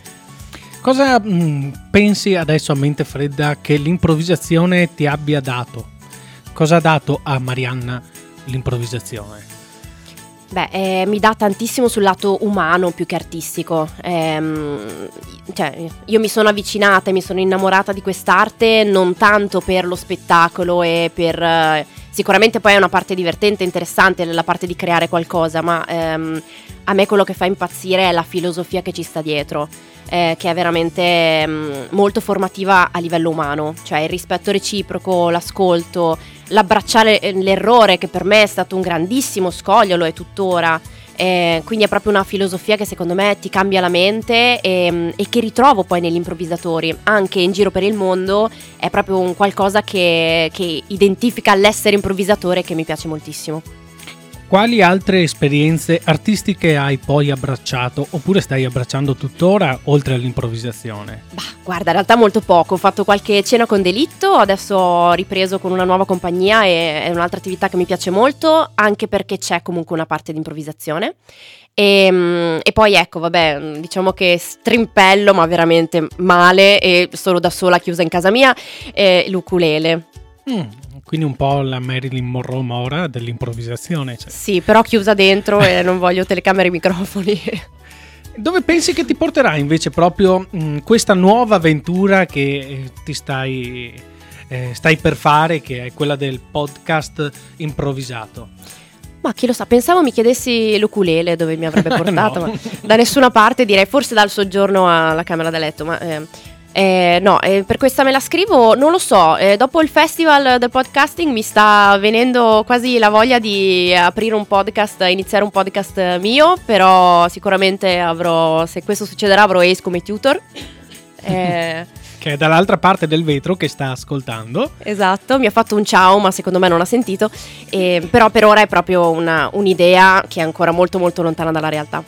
Cosa mh, pensi adesso a mente fredda che l'improvvisazione ti abbia dato? Cosa ha dato a Marianna l'improvvisazione? Beh, eh, mi dà tantissimo sul lato umano più che artistico. Ehm, cioè, io mi sono avvicinata e mi sono innamorata di quest'arte non tanto per lo spettacolo e per... eh, sicuramente poi è una parte divertente, interessante, la parte di creare qualcosa, ma ehm, a me quello che fa impazzire è la filosofia che ci sta dietro, eh, che è veramente ehm, molto formativa a livello umano, cioè il rispetto reciproco, l'ascolto, l'abbracciare l'errore, che per me è stato un grandissimo scoglio, lo è tuttora. Eh, quindi è proprio una filosofia che secondo me ti cambia la mente e, e che ritrovo poi negli improvvisatori anche in giro per il mondo. È proprio un qualcosa che, che identifica l'essere improvvisatore, che mi piace moltissimo. Quali altre esperienze artistiche hai poi abbracciato oppure stai abbracciando tuttora oltre all'improvvisazione? Guarda, in realtà molto poco, ho fatto qualche cena con Delitto, adesso ho ripreso con una nuova compagnia e è un'altra attività che mi piace molto, anche perché c'è comunque una parte di improvvisazione. E, e poi ecco, vabbè, diciamo che strimpello, ma veramente male e solo da sola chiusa in casa mia, eh, l'ukulele. Mm, quindi un po' la Marilyn Monroe Mora dell'improvvisazione. Cioè. Sì, però chiusa dentro e non voglio telecamere e microfoni. Dove pensi che ti porterà invece proprio mh, questa nuova avventura che eh, ti stai, eh, stai per fare, che è quella del podcast improvvisato? Ma chi lo sa, pensavo mi chiedessi l'ukulele dove mi avrebbe portato, No. ma da nessuna parte, direi forse dal soggiorno alla camera da letto, ma eh, eh, no, eh, per questa Me la scrivo, non lo so, eh, dopo il festival del podcasting mi sta venendo quasi la voglia di aprire un podcast, iniziare un podcast mio, però sicuramente avrò, se questo succederà avrò Ace come tutor. Eh, che è dall'altra parte del vetro che sta ascoltando. Esatto, mi ha fatto un ciao, ma secondo me non ha sentito. Eh, però per ora è proprio una, un'idea che è ancora molto molto lontana dalla realtà.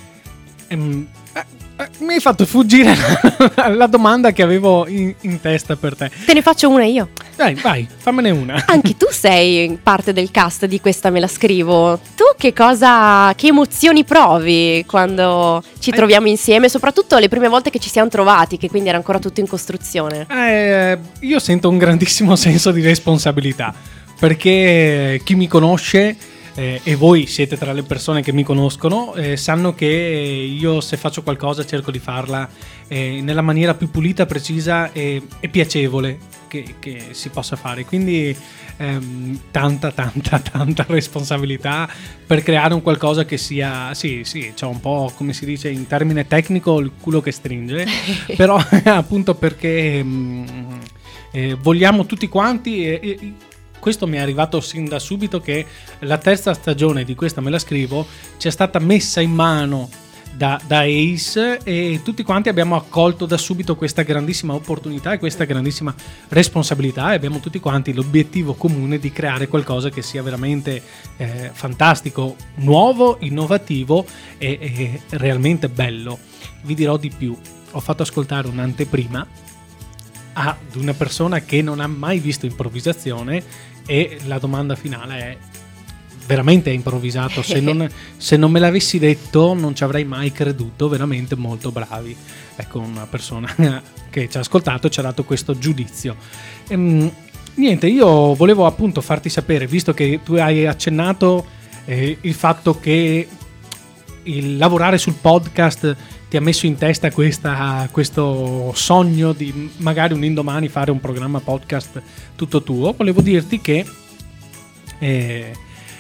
Ehm, eh, eh, mi hai fatto fuggire la domanda che avevo in, in testa per te. Te ne faccio una io. Dai, vai, fammene una. Anche tu sei parte del cast di Questa me la scrivo. Tu che cosa, che emozioni provi quando ci troviamo insieme? Soprattutto le prime volte che ci siamo trovati, che quindi era ancora tutto in costruzione. Eh, io sento un grandissimo senso di responsabilità, perché chi mi conosce, eh, e voi siete tra le persone che mi conoscono, eh, sanno che io, se faccio qualcosa, cerco di farla eh, nella maniera più pulita, precisa e, e piacevole che, che si possa fare. Quindi ehm, tanta tanta tanta responsabilità per creare un qualcosa che sia, sì sì, c'è un po', come si dice in termine tecnico, il culo che stringe, però appunto perché mh, eh, vogliamo tutti quanti e, e questo mi è arrivato sin da subito, che la terza stagione di Questa me la scrivo ci è stata messa in mano da, da Ace, e tutti quanti abbiamo accolto da subito questa grandissima opportunità e questa grandissima responsabilità, e abbiamo tutti quanti l'obiettivo comune di creare qualcosa che sia veramente eh, fantastico, nuovo, innovativo e, e realmente bello. Vi dirò di più: ho fatto ascoltare un'anteprima ad una persona che non ha mai visto improvvisazione, e la domanda finale è: veramente è improvvisato? Se non, se non me l'avessi detto non ci avrei mai creduto. Veramente molto bravi. Ecco, una persona che ci ha ascoltato ci ha dato questo giudizio. Ehm, niente, io volevo appunto farti sapere, visto che tu hai accennato eh, il fatto che il lavorare sul podcast ti ha messo in testa questa, questo sogno di magari un indomani fare un programma podcast tutto tuo. Volevo dirti che eh,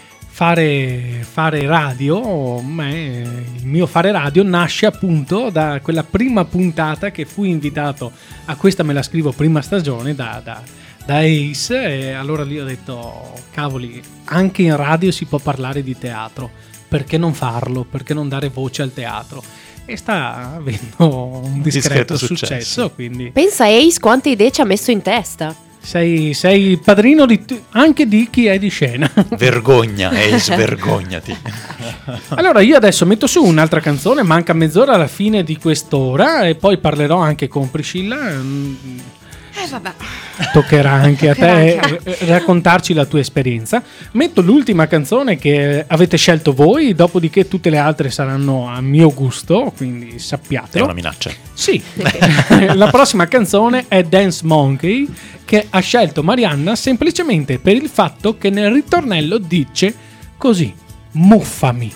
fare, fare radio, me, il mio fare radio nasce appunto da quella prima puntata che fui invitato a Questa me la scrivo prima stagione da, da, da Ace, e allora lì ho detto: cavoli, anche in radio si può parlare di teatro, perché non farlo? Perché non dare voce al teatro? E sta avendo un discreto, discreto successo. successo quindi pensa Ace quante idee ci ha messo in testa. Sei, sei il padrino di t- anche di chi è di scena. Vergogna, Ace, vergognati. Allora io adesso metto su un'altra canzone, manca mezz'ora alla fine di quest'ora, e poi parlerò anche con Priscilla. Eh vabbè. Toccherà anche a te eh, raccontarci la tua esperienza. Metto l'ultima canzone che avete scelto voi, dopodiché tutte le altre saranno a mio gusto, quindi sappiatelo. È una minaccia. Sì. La prossima canzone è Dance Monkey, che ha scelto Marianna semplicemente per il fatto che nel ritornello dice così: muffami.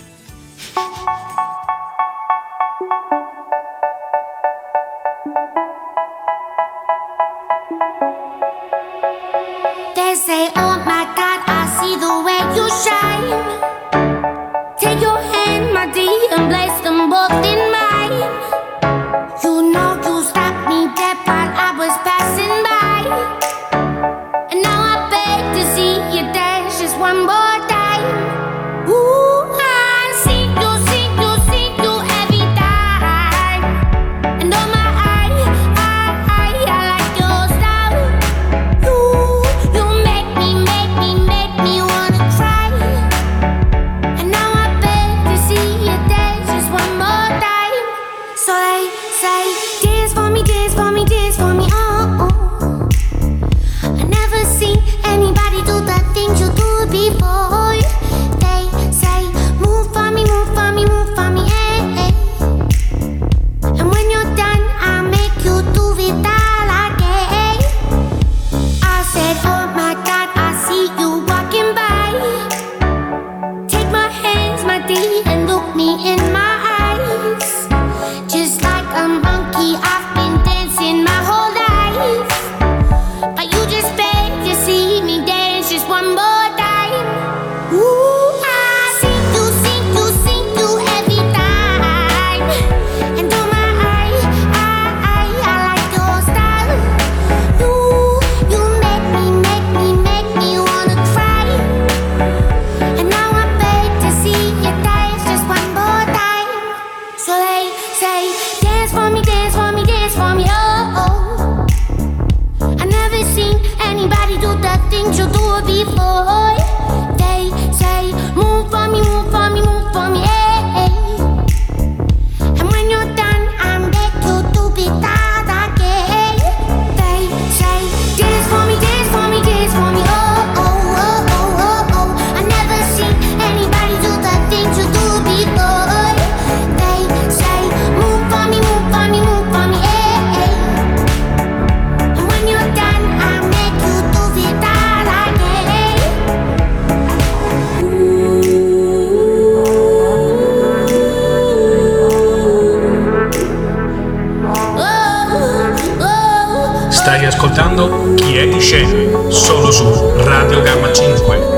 They say, oh my God, I see the way you shine. Take your hand, my dear, and place them both in mine. You know you stopped me dead while I was passing by, and now I beg to see you dance just one more time. Ooh, I see you, see you, see you every time. And oh my, I, I, I, I like your style. You, you make me, make me, make me wanna cry. And now I beg to see you dance just one more time. So they say, dance for me, dance for me, dance for me, oh, oh. I never seen anybody do the things you do before. They say, move for me, move for me, move for me, eh, eh. And when you're done, I'll make you do it all again. I said, oh my God, I see you walking by. Take my hands, my dear, and look me in my eyes. Just like a monkey, I've been dancing my whole life, but you just beg to see me dance just one more time. Ooh, I see you, see you, see you every time. And oh my, I, I, I, I like your style. You, you make me, make me, make me wanna cry. And now I beg to see you dance just one more time. So they say, dance for me, dance for me, dance Stai ascoltando Chi è di scena? Solo su Radio Gamma cinque.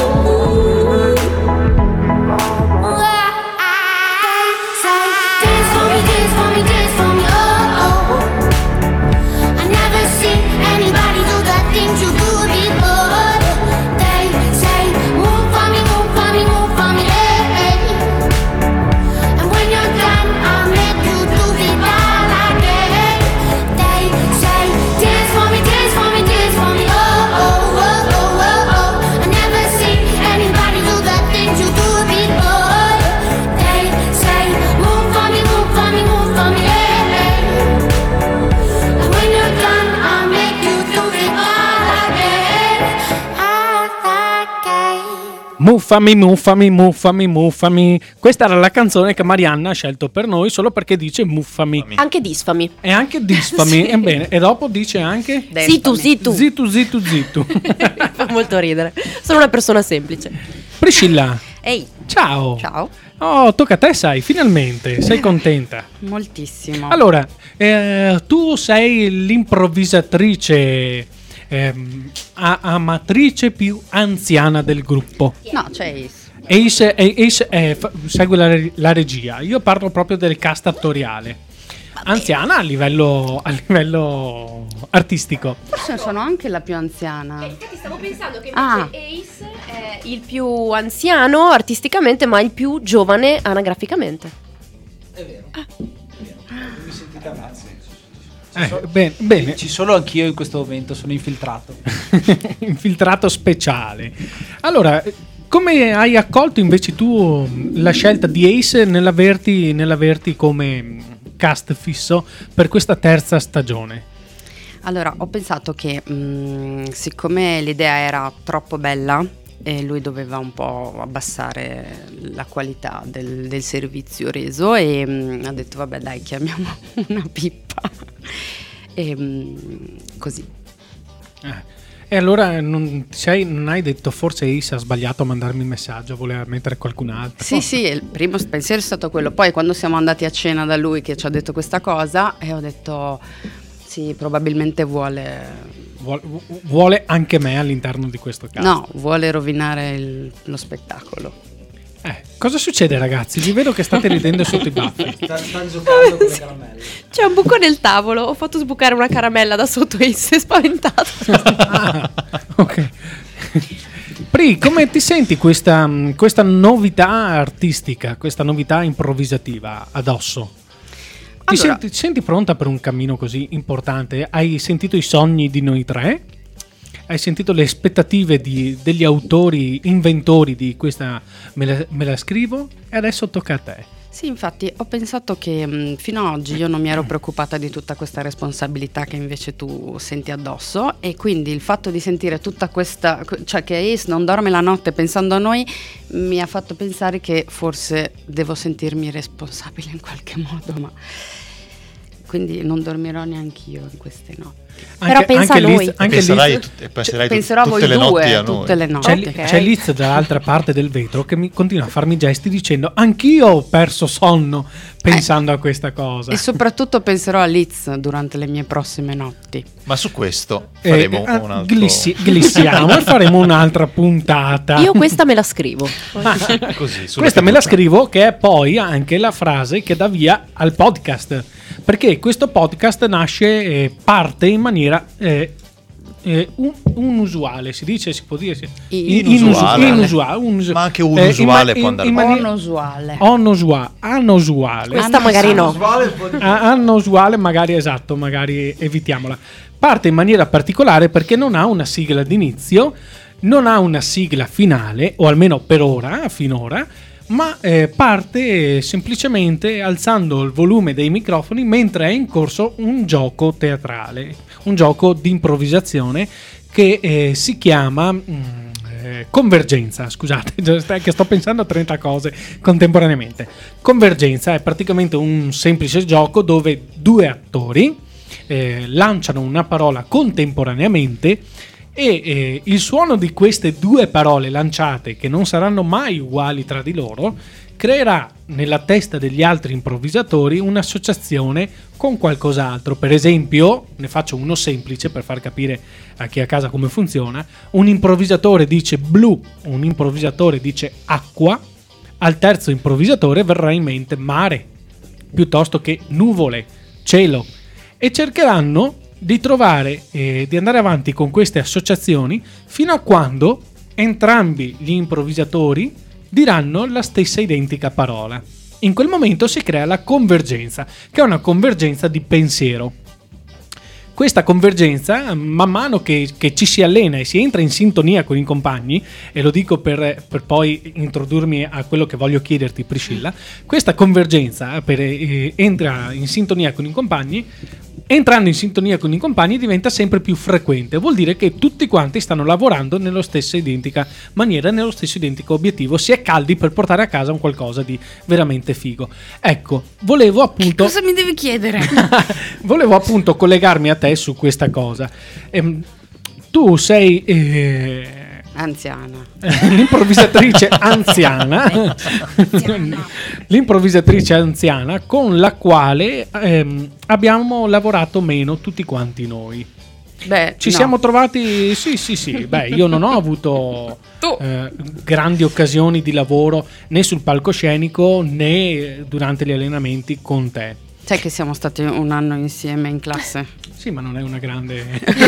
Muffami, muffami, muffami, muffami. Questa era la canzone che Marianna ha scelto per noi solo perché dice muffami. Anche disfami. E anche disfami. Sì. Ebbene, e dopo dice anche Zitu, zitu. Zitu, zitu, zitu. Fa molto ridere. Sono una persona semplice. Priscilla. Ehi. Ciao. Ciao. Oh, tocca a te, sai, finalmente. Sei contenta? Moltissimo. Allora, eh, tu sei l'improvvisatrice ehm, a- amatrice più anziana del gruppo. No, c'è Ace. Ace, eh, Ace eh, fa- segue la, re- la regia. Io parlo proprio del cast attoriale. Anziana a livello, a livello artistico. Forse sono anche la più anziana. Infatti stavo pensando che invece Ah. Ace è il più anziano artisticamente, ma il più giovane anagraficamente. È vero. Mi sentite ammazzi. Eh, bene, bene. Ci sono anch'io in questo momento, sono infiltrato. Infiltrato speciale. Allora, come hai accolto invece tu la scelta di Ace nell'averti, nell'averti come cast fisso per questa terza stagione? Allora, ho pensato che mh, siccome l'idea era troppo bella e lui doveva un po' abbassare la qualità del, del servizio reso e mh, ha detto vabbè dai, chiamiamo una pippa e mh, così. Eh. E allora non, sei, non hai detto forse Ace ha sbagliato a mandarmi il messaggio, voleva mettere qualcun altro? Sì, sì, il primo pensiero è stato quello. Poi quando siamo andati a cena da lui che ci ha detto questa cosa e ho detto sì, probabilmente vuole... Vuole, vuole anche me all'interno di questo caso. No, vuole rovinare il- lo spettacolo. Eh, cosa succede ragazzi? Vi vedo che state ridendo sotto i baffi. Sta, sta giocando con le caramelle. C'è un buco nel tavolo, ho fatto sbucare una caramella da sotto e si è spaventato. Ah, ok. Pri, come ti senti questa, questa novità artistica, questa novità improvvisativa addosso? Ti, Allora- senti, ti senti pronta per un cammino così importante? Hai sentito i sogni di noi tre? Hai sentito le aspettative di- degli autori, inventori di questa me la, me la scrivo? E adesso tocca a te. Sì, infatti ho pensato che mh, fino ad oggi io non mi ero preoccupata di tutta questa responsabilità che invece tu senti addosso e quindi il fatto di sentire tutta questa, cioè che Ace non dorme la notte pensando a noi mi ha fatto pensare che forse devo sentirmi responsabile in qualche modo, ma quindi non dormirò neanche io in queste notti. Però pensa a noi. Liz- anche penserai, Liz- tut- e penserai Cioè, tut- penserò a tutte voi le due, notti a noi. tutte le notti. C'è, Li- ok. c'è Liz dall'altra parte del vetro che mi continua a farmi gesti dicendo anch'io ho perso sonno pensando a questa cosa. E soprattutto penserò a Liz durante le mie prossime notti. Ma su questo Eh, faremo eh, un altro glissi- glissiamo e faremo un'altra puntata. Io questa me la scrivo. così, sulla Questa me la fiducia. scrivo, che è poi anche la frase che dà via al podcast, perché questo podcast nasce e parte in maniera eh, eh, un- unusuale, si dice, si può dire sì. Inusuale. Inusu- inusuale, unusu- Ma anche unusuale in può ma- andare in bene. maniera- Onusuale. Onusua- anusuale. Questa magari no. Ah, anusuale, magari esatto, magari evitiamola. Parte in maniera particolare perché non ha una sigla d'inizio, non ha una sigla finale, o almeno per ora, finora, ma eh, parte semplicemente alzando il volume dei microfoni mentre è in corso un gioco teatrale, un gioco di improvvisazione che eh, si chiama... mm, eh, Convergenza, scusate, che sto pensando a trenta cose contemporaneamente. Convergenza è praticamente un semplice gioco dove due attori eh, lanciano una parola contemporaneamente e eh, il suono di queste due parole lanciate, che non saranno mai uguali tra di loro, creerà nella testa degli altri improvvisatori un'associazione con qualcos'altro. Per esempio, ne faccio uno semplice per far capire a chi è a casa come funziona: un improvvisatore dice blu, un improvvisatore dice acqua, al terzo improvvisatore verrà in mente mare, piuttosto che nuvole, cielo, e cercheranno di trovare e eh, di andare avanti con queste associazioni fino a quando entrambi gli improvvisatori diranno la stessa identica parola. In quel momento si crea la convergenza, che è una convergenza di pensiero. Questa convergenza, man mano che, che ci si allena e si entra in sintonia con i compagni, e lo dico per, per poi introdurmi a quello che voglio chiederti, Priscilla, questa convergenza per, eh, entra in sintonia con i compagni. Entrando in sintonia con i compagni diventa sempre più frequente, vuol dire che tutti quanti stanno lavorando nella stessa identica maniera, nello stesso identico obiettivo, si è caldi per portare a casa un qualcosa di veramente figo. Ecco, volevo appunto... Cosa mi devi chiedere? volevo appunto collegarmi a te su questa cosa. Ehm, tu sei... Eh, Anziana. l'improvvisatrice anziana l'improvvisatrice anziana con la quale ehm, abbiamo lavorato meno tutti quanti noi. Beh, ci no. siamo trovati sì sì sì beh, io non ho avuto eh, grandi occasioni di lavoro né sul palcoscenico né durante gli allenamenti con te. Sai che siamo stati un anno insieme in classe? Sì, ma non è una grande...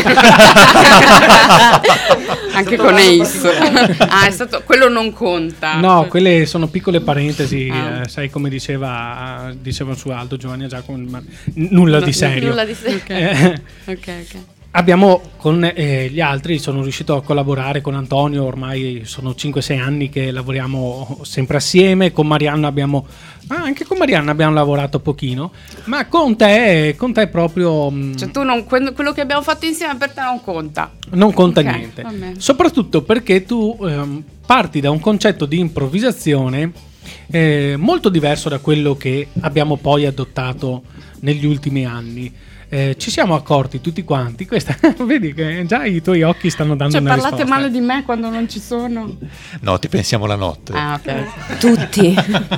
Anche con Ace. Ah, è stato... quello non conta. No, quelle sono piccole parentesi, Ah. eh, sai come diceva diceva su Aldo, Giovanni e Giacomo, ma n- nulla No, di serio. nulla di serio. Eh, Ok, ok. Abbiamo con eh, gli altri, sono riuscito a collaborare con Antonio, ormai sono cinque sei anni che lavoriamo sempre assieme, con Marianna abbiamo, ah, anche con Marianna abbiamo lavorato pochino, ma con te, con te proprio... mh, Cioè tu non, quello che abbiamo fatto insieme per te non conta. non conta Ok, niente, vabbè. soprattutto perché tu ehm, parti da un concetto di improvvisazione eh, molto diverso da quello che abbiamo poi adottato negli ultimi anni. Eh, ci siamo accorti tutti quanti, questa, vedi che già i tuoi occhi stanno dando Cioè una parlate risposta. male di me quando non ci sono. No, ti pensiamo la notte. Ah, ok. Tutti.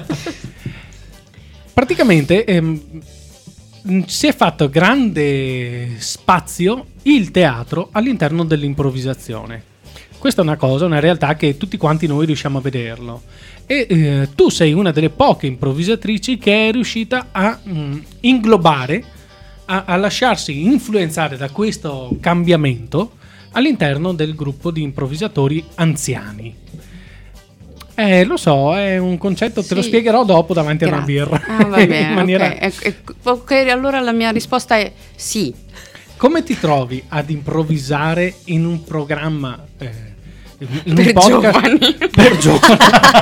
Praticamente ehm, mh, si è fatto grande spazio il teatro all'interno dell'improvvisazione. Questa è una cosa, una realtà che tutti quanti noi riusciamo a vederlo. E eh, tu sei una delle poche improvvisatrici che è riuscita a mh, inglobare, a, a lasciarsi influenzare da questo cambiamento all'interno del gruppo di improvvisatori anziani. Eh, lo so, è un concetto, te lo Sì. spiegherò dopo davanti a una Grazie. birra. Ah, va bene. In maniera- ok. E- e- ok, allora la mia risposta è sì. Come ti trovi ad improvvisare in un programma eh, in Per un podcast giovani. per giovani?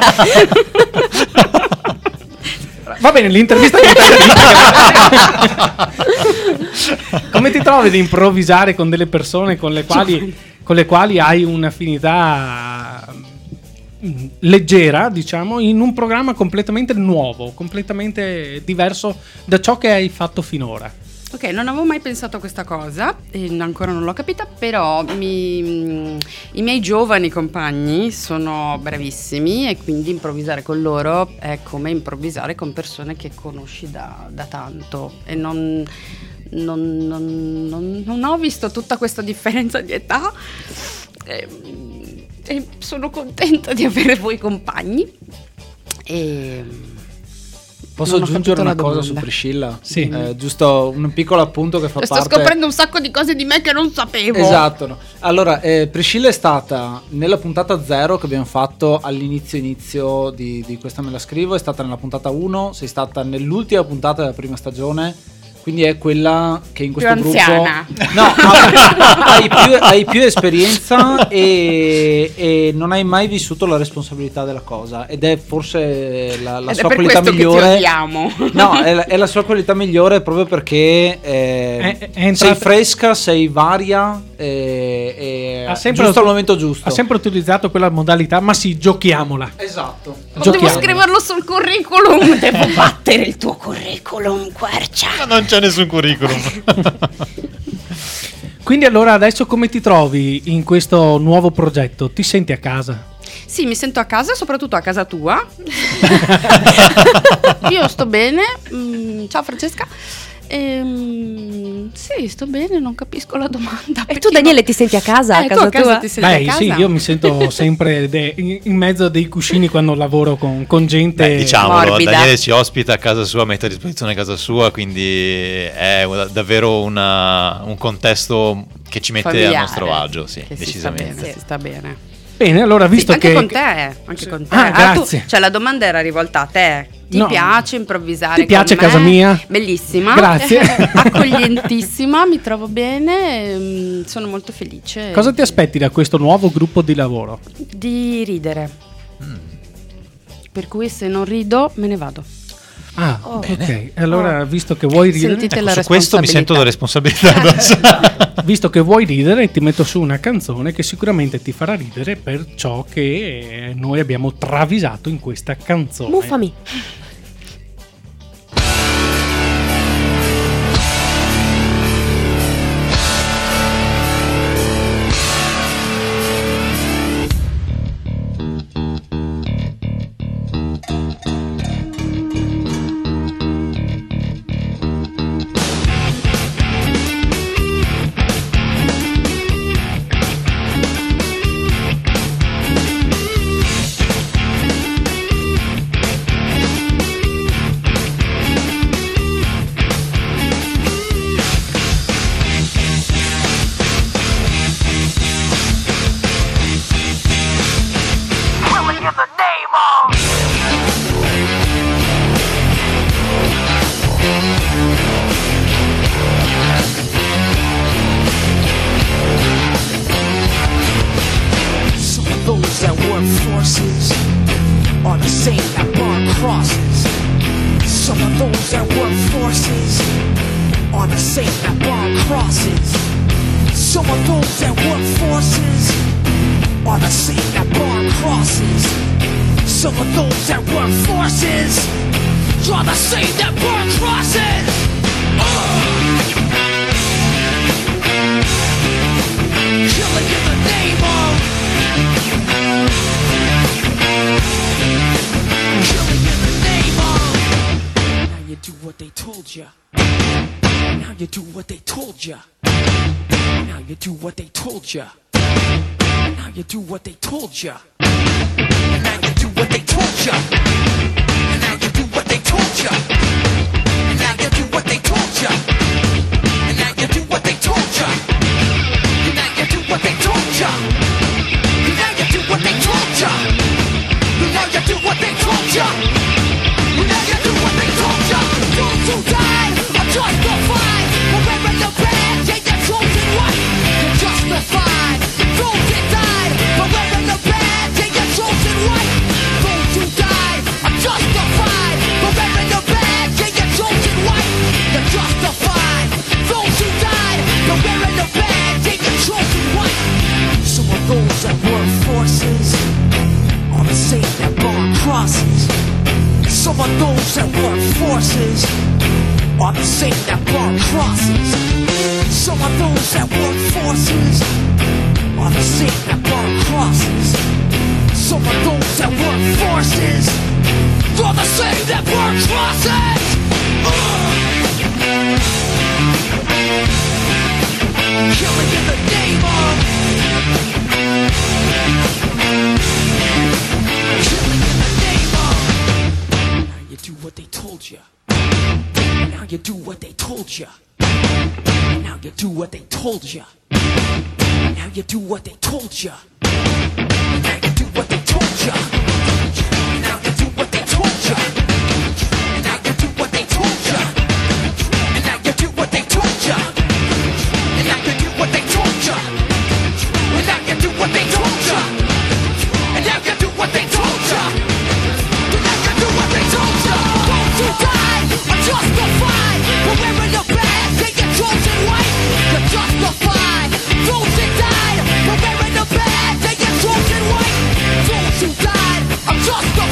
Va bene, l'intervista con te come ti trovi ad improvvisare con delle persone con le quali, con le quali hai un'affinità mm, leggera, diciamo, in un programma completamente nuovo, completamente diverso da ciò che hai fatto finora? Ok, non avevo mai pensato a questa cosa e ancora non l'ho capita, però mi- i miei giovani compagni sono bravissimi e quindi improvvisare con loro è come improvvisare con persone che conosci da, da tanto e non, non- non- non- non ho visto tutta questa differenza di età e, e sono contenta di avere voi compagni e... Posso Non ho aggiungere capito una la cosa su domanda. Priscilla? Sì. Eh, giusto un piccolo appunto che fa Sto parte... scoprendo un sacco di cose di me che non sapevo. Esatto. No. Allora, eh, Priscilla è stata nella puntata zero che abbiamo fatto all'inizio inizio di, di questa me la scrivo, è stata nella puntata uno, sei stata nell'ultima puntata della prima stagione, quindi è quella che in questo Più gruppo anziana. no, hai, più, hai più esperienza e, e non hai mai vissuto la responsabilità della cosa ed è forse la, la Ed è sua per qualità questo che ti migliore. odiamo. No, è la, è la sua qualità migliore proprio perché eh, È- è entrata- sei fresca, sei varia e, e Ha sempre, giusto al momento giusto. ha sempre utilizzato quella modalità, ma sì, giochiamola. Esatto. Devo Giochiamo. scriverlo sul curriculum. Devo battere il tuo curriculum, quercia. Ma non c'è nessun curriculum. Quindi allora adesso come ti trovi in questo nuovo progetto? Ti senti a casa? Sì, mi sento a casa, soprattutto a casa tua. Io sto bene. Mm, ciao Francesca. Ehm, sì, sto bene, non capisco la domanda. E tu Daniele ti senti a casa? Eh, a tu casa a casa tua? ti senti Beh, a casa? sì, io mi sento sempre de- in in mezzo dei cuscini quando lavoro con, con gente Beh, diciamolo, morbida. Daniele ci ospita a casa sua, mette a disposizione casa sua, quindi è una- davvero una- un contesto che ci mette Familiare, a nostro agio, sì, che si sta decisamente. bene, si sta bene. Bene, allora visto Sì, anche che con te, anche con te. Ah, tu- grazie. cioè la domanda era rivolta a te. Ti No. piace improvvisare? Ti piace con me? casa mia? Bellissima. Grazie. Accoglientissima, mi trovo bene, ehm, sono molto felice. cosa ti aspetti da questo nuovo gruppo di lavoro? Di ridere. Per cui se non rido me ne vado. Ah, Oh. ok. Allora, visto che vuoi ridere, Sentite Ecco, la su questo mi sento la responsabilità addosso. visto che vuoi ridere, ti metto su una canzone che sicuramente ti farà ridere per ciò che noi abbiamo travisato in questa canzone. Muffami. Some of those that work forces are the same that burn crosses. Some of those that work forces are the same that burn crosses. Some of those that work forces are the same that burn crosses. Some of those that work forces are the same that burn crosses. Killing in the name of Killing in the name of. Now you do what they told ya. Now you do what they told ya. Now you do what they told ya. Now you do what they told ya. Now you do what they told ya. Now you do what they told ya. Now you do what they told ya. Now you do what they told ya. Now you do what they told ya. Now you do what they told ya. Now you do what they told ya. Now you do what they told ya. Those who died are justified for wearing the badge. Yeah, you're chosen one. You're justified. Those that died for wearing the badge. Yeah, you're chosen one. Those who died are justified for wearing the badge. Yeah, you're chosen one. You're justified. Those who died for wearing the badge. Yeah, you're chosen one. Some of those that work forces are the same that burn crosses. Some of those that work forces are the same that burn crosses. Some of those that work forces are the same that burn crosses. Some of those that work forces are the same that burn crosses. Killing in the name of Killing in the name of. Now you do what they told ya. Now you do what they told ya. Now you do what they told ya. Now you do what they told ya. Now you do what they told ya. Now you do what they told ya. Now you do what they told ya. And now you do what they told ya. And now you do what they told ya. And now you do what they told ya. And now you do what they told ya. And now you do what they told ya. Those who died are justified for wearing the badge. Yeah, you're chosen white. You're justified. Those that died for wearing the badge. Yeah, you're chosen white. Those who died are justified.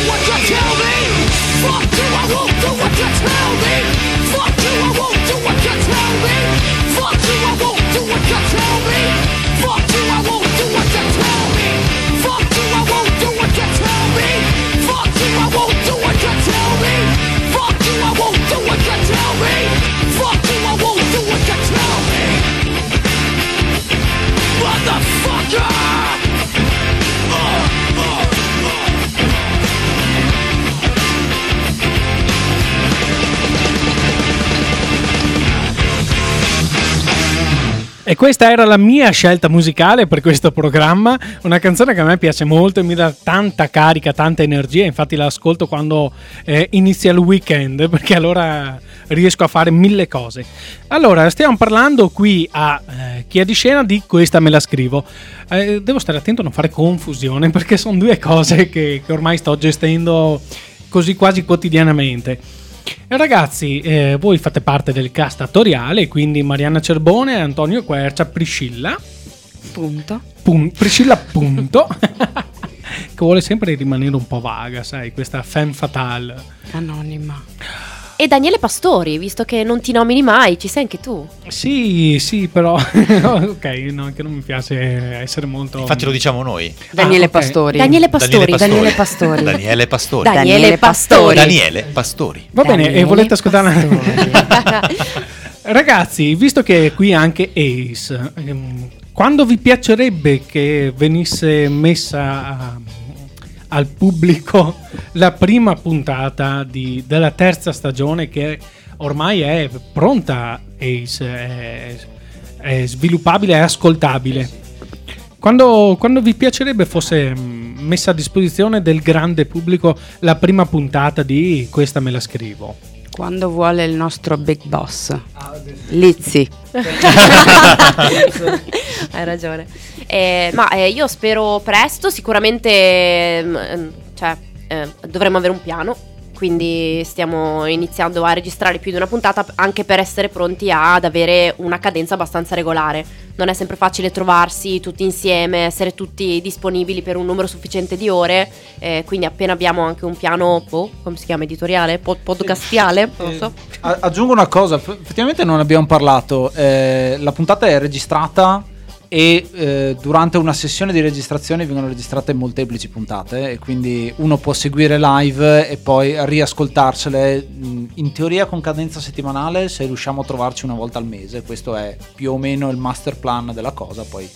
what you tell me. Fuck you, I won't do what you tell me. Fuck you, I won't do what you tell me. Fuck you, I won't do what you tell me. Fuck you, I won't do what you tell me. Fuck you, I won't do what you tell me. Fuck you, I won't do what you tell me. Fuck you, I won't do what you tell me. Fuck you, I won't do what you tell me. Motherfucker! E questa era la mia scelta musicale per questo programma, una canzone che a me piace molto e mi dà tanta carica, tanta energia, infatti la ascolto quando eh, inizia il weekend, perché allora riesco a fare mille cose. Allora, stiamo parlando qui a eh, Chi è di scena di Questa me la scrivo. Eh, devo stare attento a non fare confusione, perché sono due cose che, che ormai sto gestendo così quasi quotidianamente. E ragazzi, eh, voi fate parte del cast attoriale, quindi Marianna Cerbone, Antonio Quercia, Priscilla punto pun- Priscilla punto che vuole sempre rimanere un po' vaga, sai, questa femme fatale anonima. E Daniele Pastori, visto che non ti nomini mai, ci sei anche tu. Sì, sì, però ok, no, che non mi piace essere molto. Infatti lo diciamo noi. Daniele Ah, ok. Pastori. Daniele Pastori. Daniele Pastori. Daniele Pastori. Daniele Pastori. Daniele Pastori. Va bene, Daniele e volete ascoltare? Ragazzi, visto che è qui anche Ace, ehm, quando vi piacerebbe che venisse messa a- al pubblico la prima puntata di- della terza stagione, che ormai è pronta, Ace, è, è sviluppabile, è ascoltabile? Quando, quando vi piacerebbe fosse mm, messa a disposizione del grande pubblico la prima puntata di Questa me la scrivo? Quando vuole il nostro big boss Lizzy. Hai ragione. Eh, ma eh, io spero presto, sicuramente ehm, cioè, eh, dovremmo avere un piano, quindi stiamo iniziando a registrare più di una puntata anche per essere pronti ad avere una cadenza abbastanza regolare. Non è sempre facile trovarsi tutti insieme, essere tutti disponibili per un numero sufficiente di ore, eh, quindi appena abbiamo anche un piano, oh, come si chiama, editoriale? Pod- podcastiale? Non lo so. A- aggiungo una cosa, f- effettivamente non abbiamo parlato, eh, la puntata è registrata e eh, durante una sessione di registrazione vengono registrate molteplici puntate e quindi uno può seguire live e poi riascoltarsele mh, in teoria con cadenza settimanale, se riusciamo a trovarci una volta al mese. Questo è più o meno il master plan della cosa, poi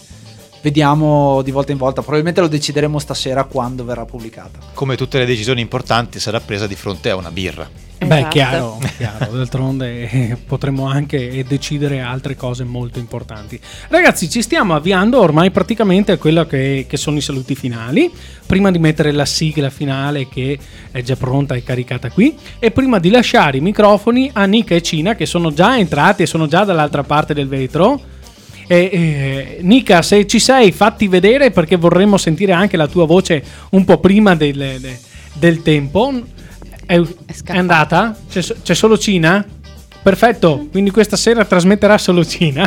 vediamo di volta in volta, probabilmente lo decideremo stasera quando verrà pubblicata. Come tutte le decisioni importanti sarà presa di fronte a una birra. Beh, Esatto. chiaro, chiaro, d'altronde eh, potremmo anche eh, decidere altre cose molto importanti. Ragazzi, ci stiamo avviando ormai praticamente a quello che, che sono i saluti finali, prima di mettere la sigla finale che è già pronta e caricata qui, e prima di lasciare i microfoni a Nica e Cina, che sono già entrati e sono già dall'altra parte del vetro. E, eh, Nica, se ci sei, fatti vedere, perché vorremmo sentire anche la tua voce un po' prima del, de- del tempo. È, è andata? C'è, c'è solo Cina? Perfetto, quindi questa sera trasmetterà solo Cina.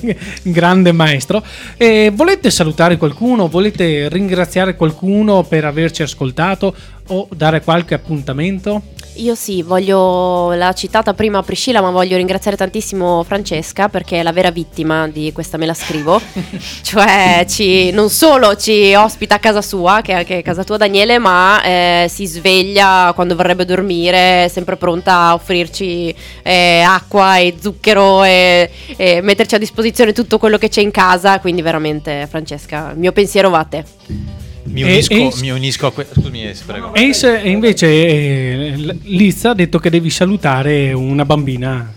Grande maestro. E volete salutare qualcuno? Volete ringraziare qualcuno per averci ascoltato o dare qualche appuntamento? Io sì, voglio, l'ha citata prima Priscilla, ma voglio ringraziare tantissimo Francesca, perché è la vera vittima di Questa me la scrivo. Cioè ci, non solo ci ospita a casa sua, che è anche casa tua Daniele, ma eh, si sveglia quando vorrebbe dormire, è sempre pronta a offrirci eh, acqua e zucchero e, e metterci a disposizione tutto quello che c'è in casa. Quindi veramente, Francesca, il mio pensiero va a te. Mi E- unisco, Ace- mi unisco a que- scusami, Ace, prego. Ace, e invece eh, Liz ha detto che devi salutare una bambina.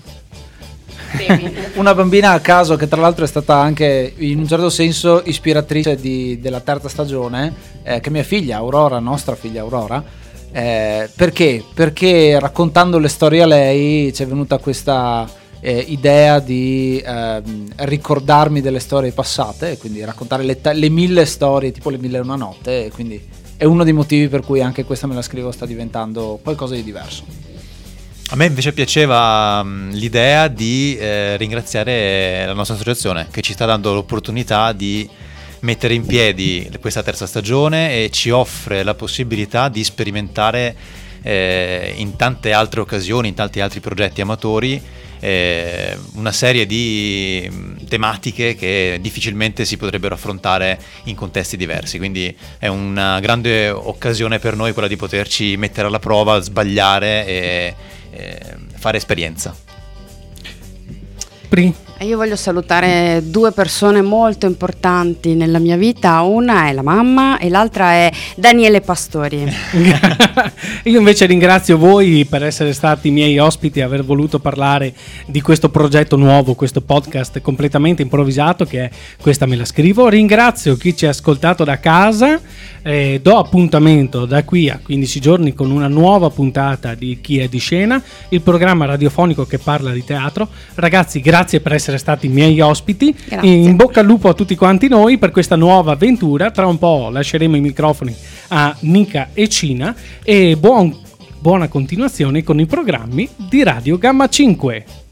Una bambina a caso, che tra l'altro è stata anche in un certo senso ispiratrice di- della terza stagione, eh, che è mia figlia Aurora, nostra figlia Aurora. Eh, perché? Perché raccontando le storie a lei ci è venuta questa eh, idea di ehm, ricordarmi delle storie passate, e quindi raccontare le, ta- le mille storie, tipo le mille e una notte, e quindi è uno dei motivi per cui anche Questa me la scrivo sta diventando qualcosa di diverso. A me invece piaceva mh, l'idea di eh, ringraziare la nostra associazione, che ci sta dando l'opportunità di mettere in piedi questa terza stagione e ci offre la possibilità di sperimentare eh, in tante altre occasioni, in tanti altri progetti amatori, eh, una serie di tematiche che difficilmente si potrebbero affrontare in contesti diversi. Quindi è una grande occasione per noi quella di poterci mettere alla prova, sbagliare e, e fare esperienza. Pri. Io voglio salutare due persone molto importanti nella mia vita, una è la mamma e l'altra è Daniele Pastori. Io invece ringrazio voi per essere stati miei ospiti e aver voluto parlare di questo progetto nuovo, questo podcast completamente improvvisato che è Questa me la scrivo. Ringrazio chi ci ha ascoltato da casa, eh, do appuntamento da qui a quindici giorni con una nuova puntata di Chi è di Scena, il programma radiofonico che parla di teatro. Ragazzi, grazie per essere stati miei ospiti. Grazie. In bocca al lupo a tutti quanti noi per questa nuova avventura. Tra un po' lasceremo i microfoni a Nica e Cina e buon, buona continuazione con i programmi di Radio Gamma cinque.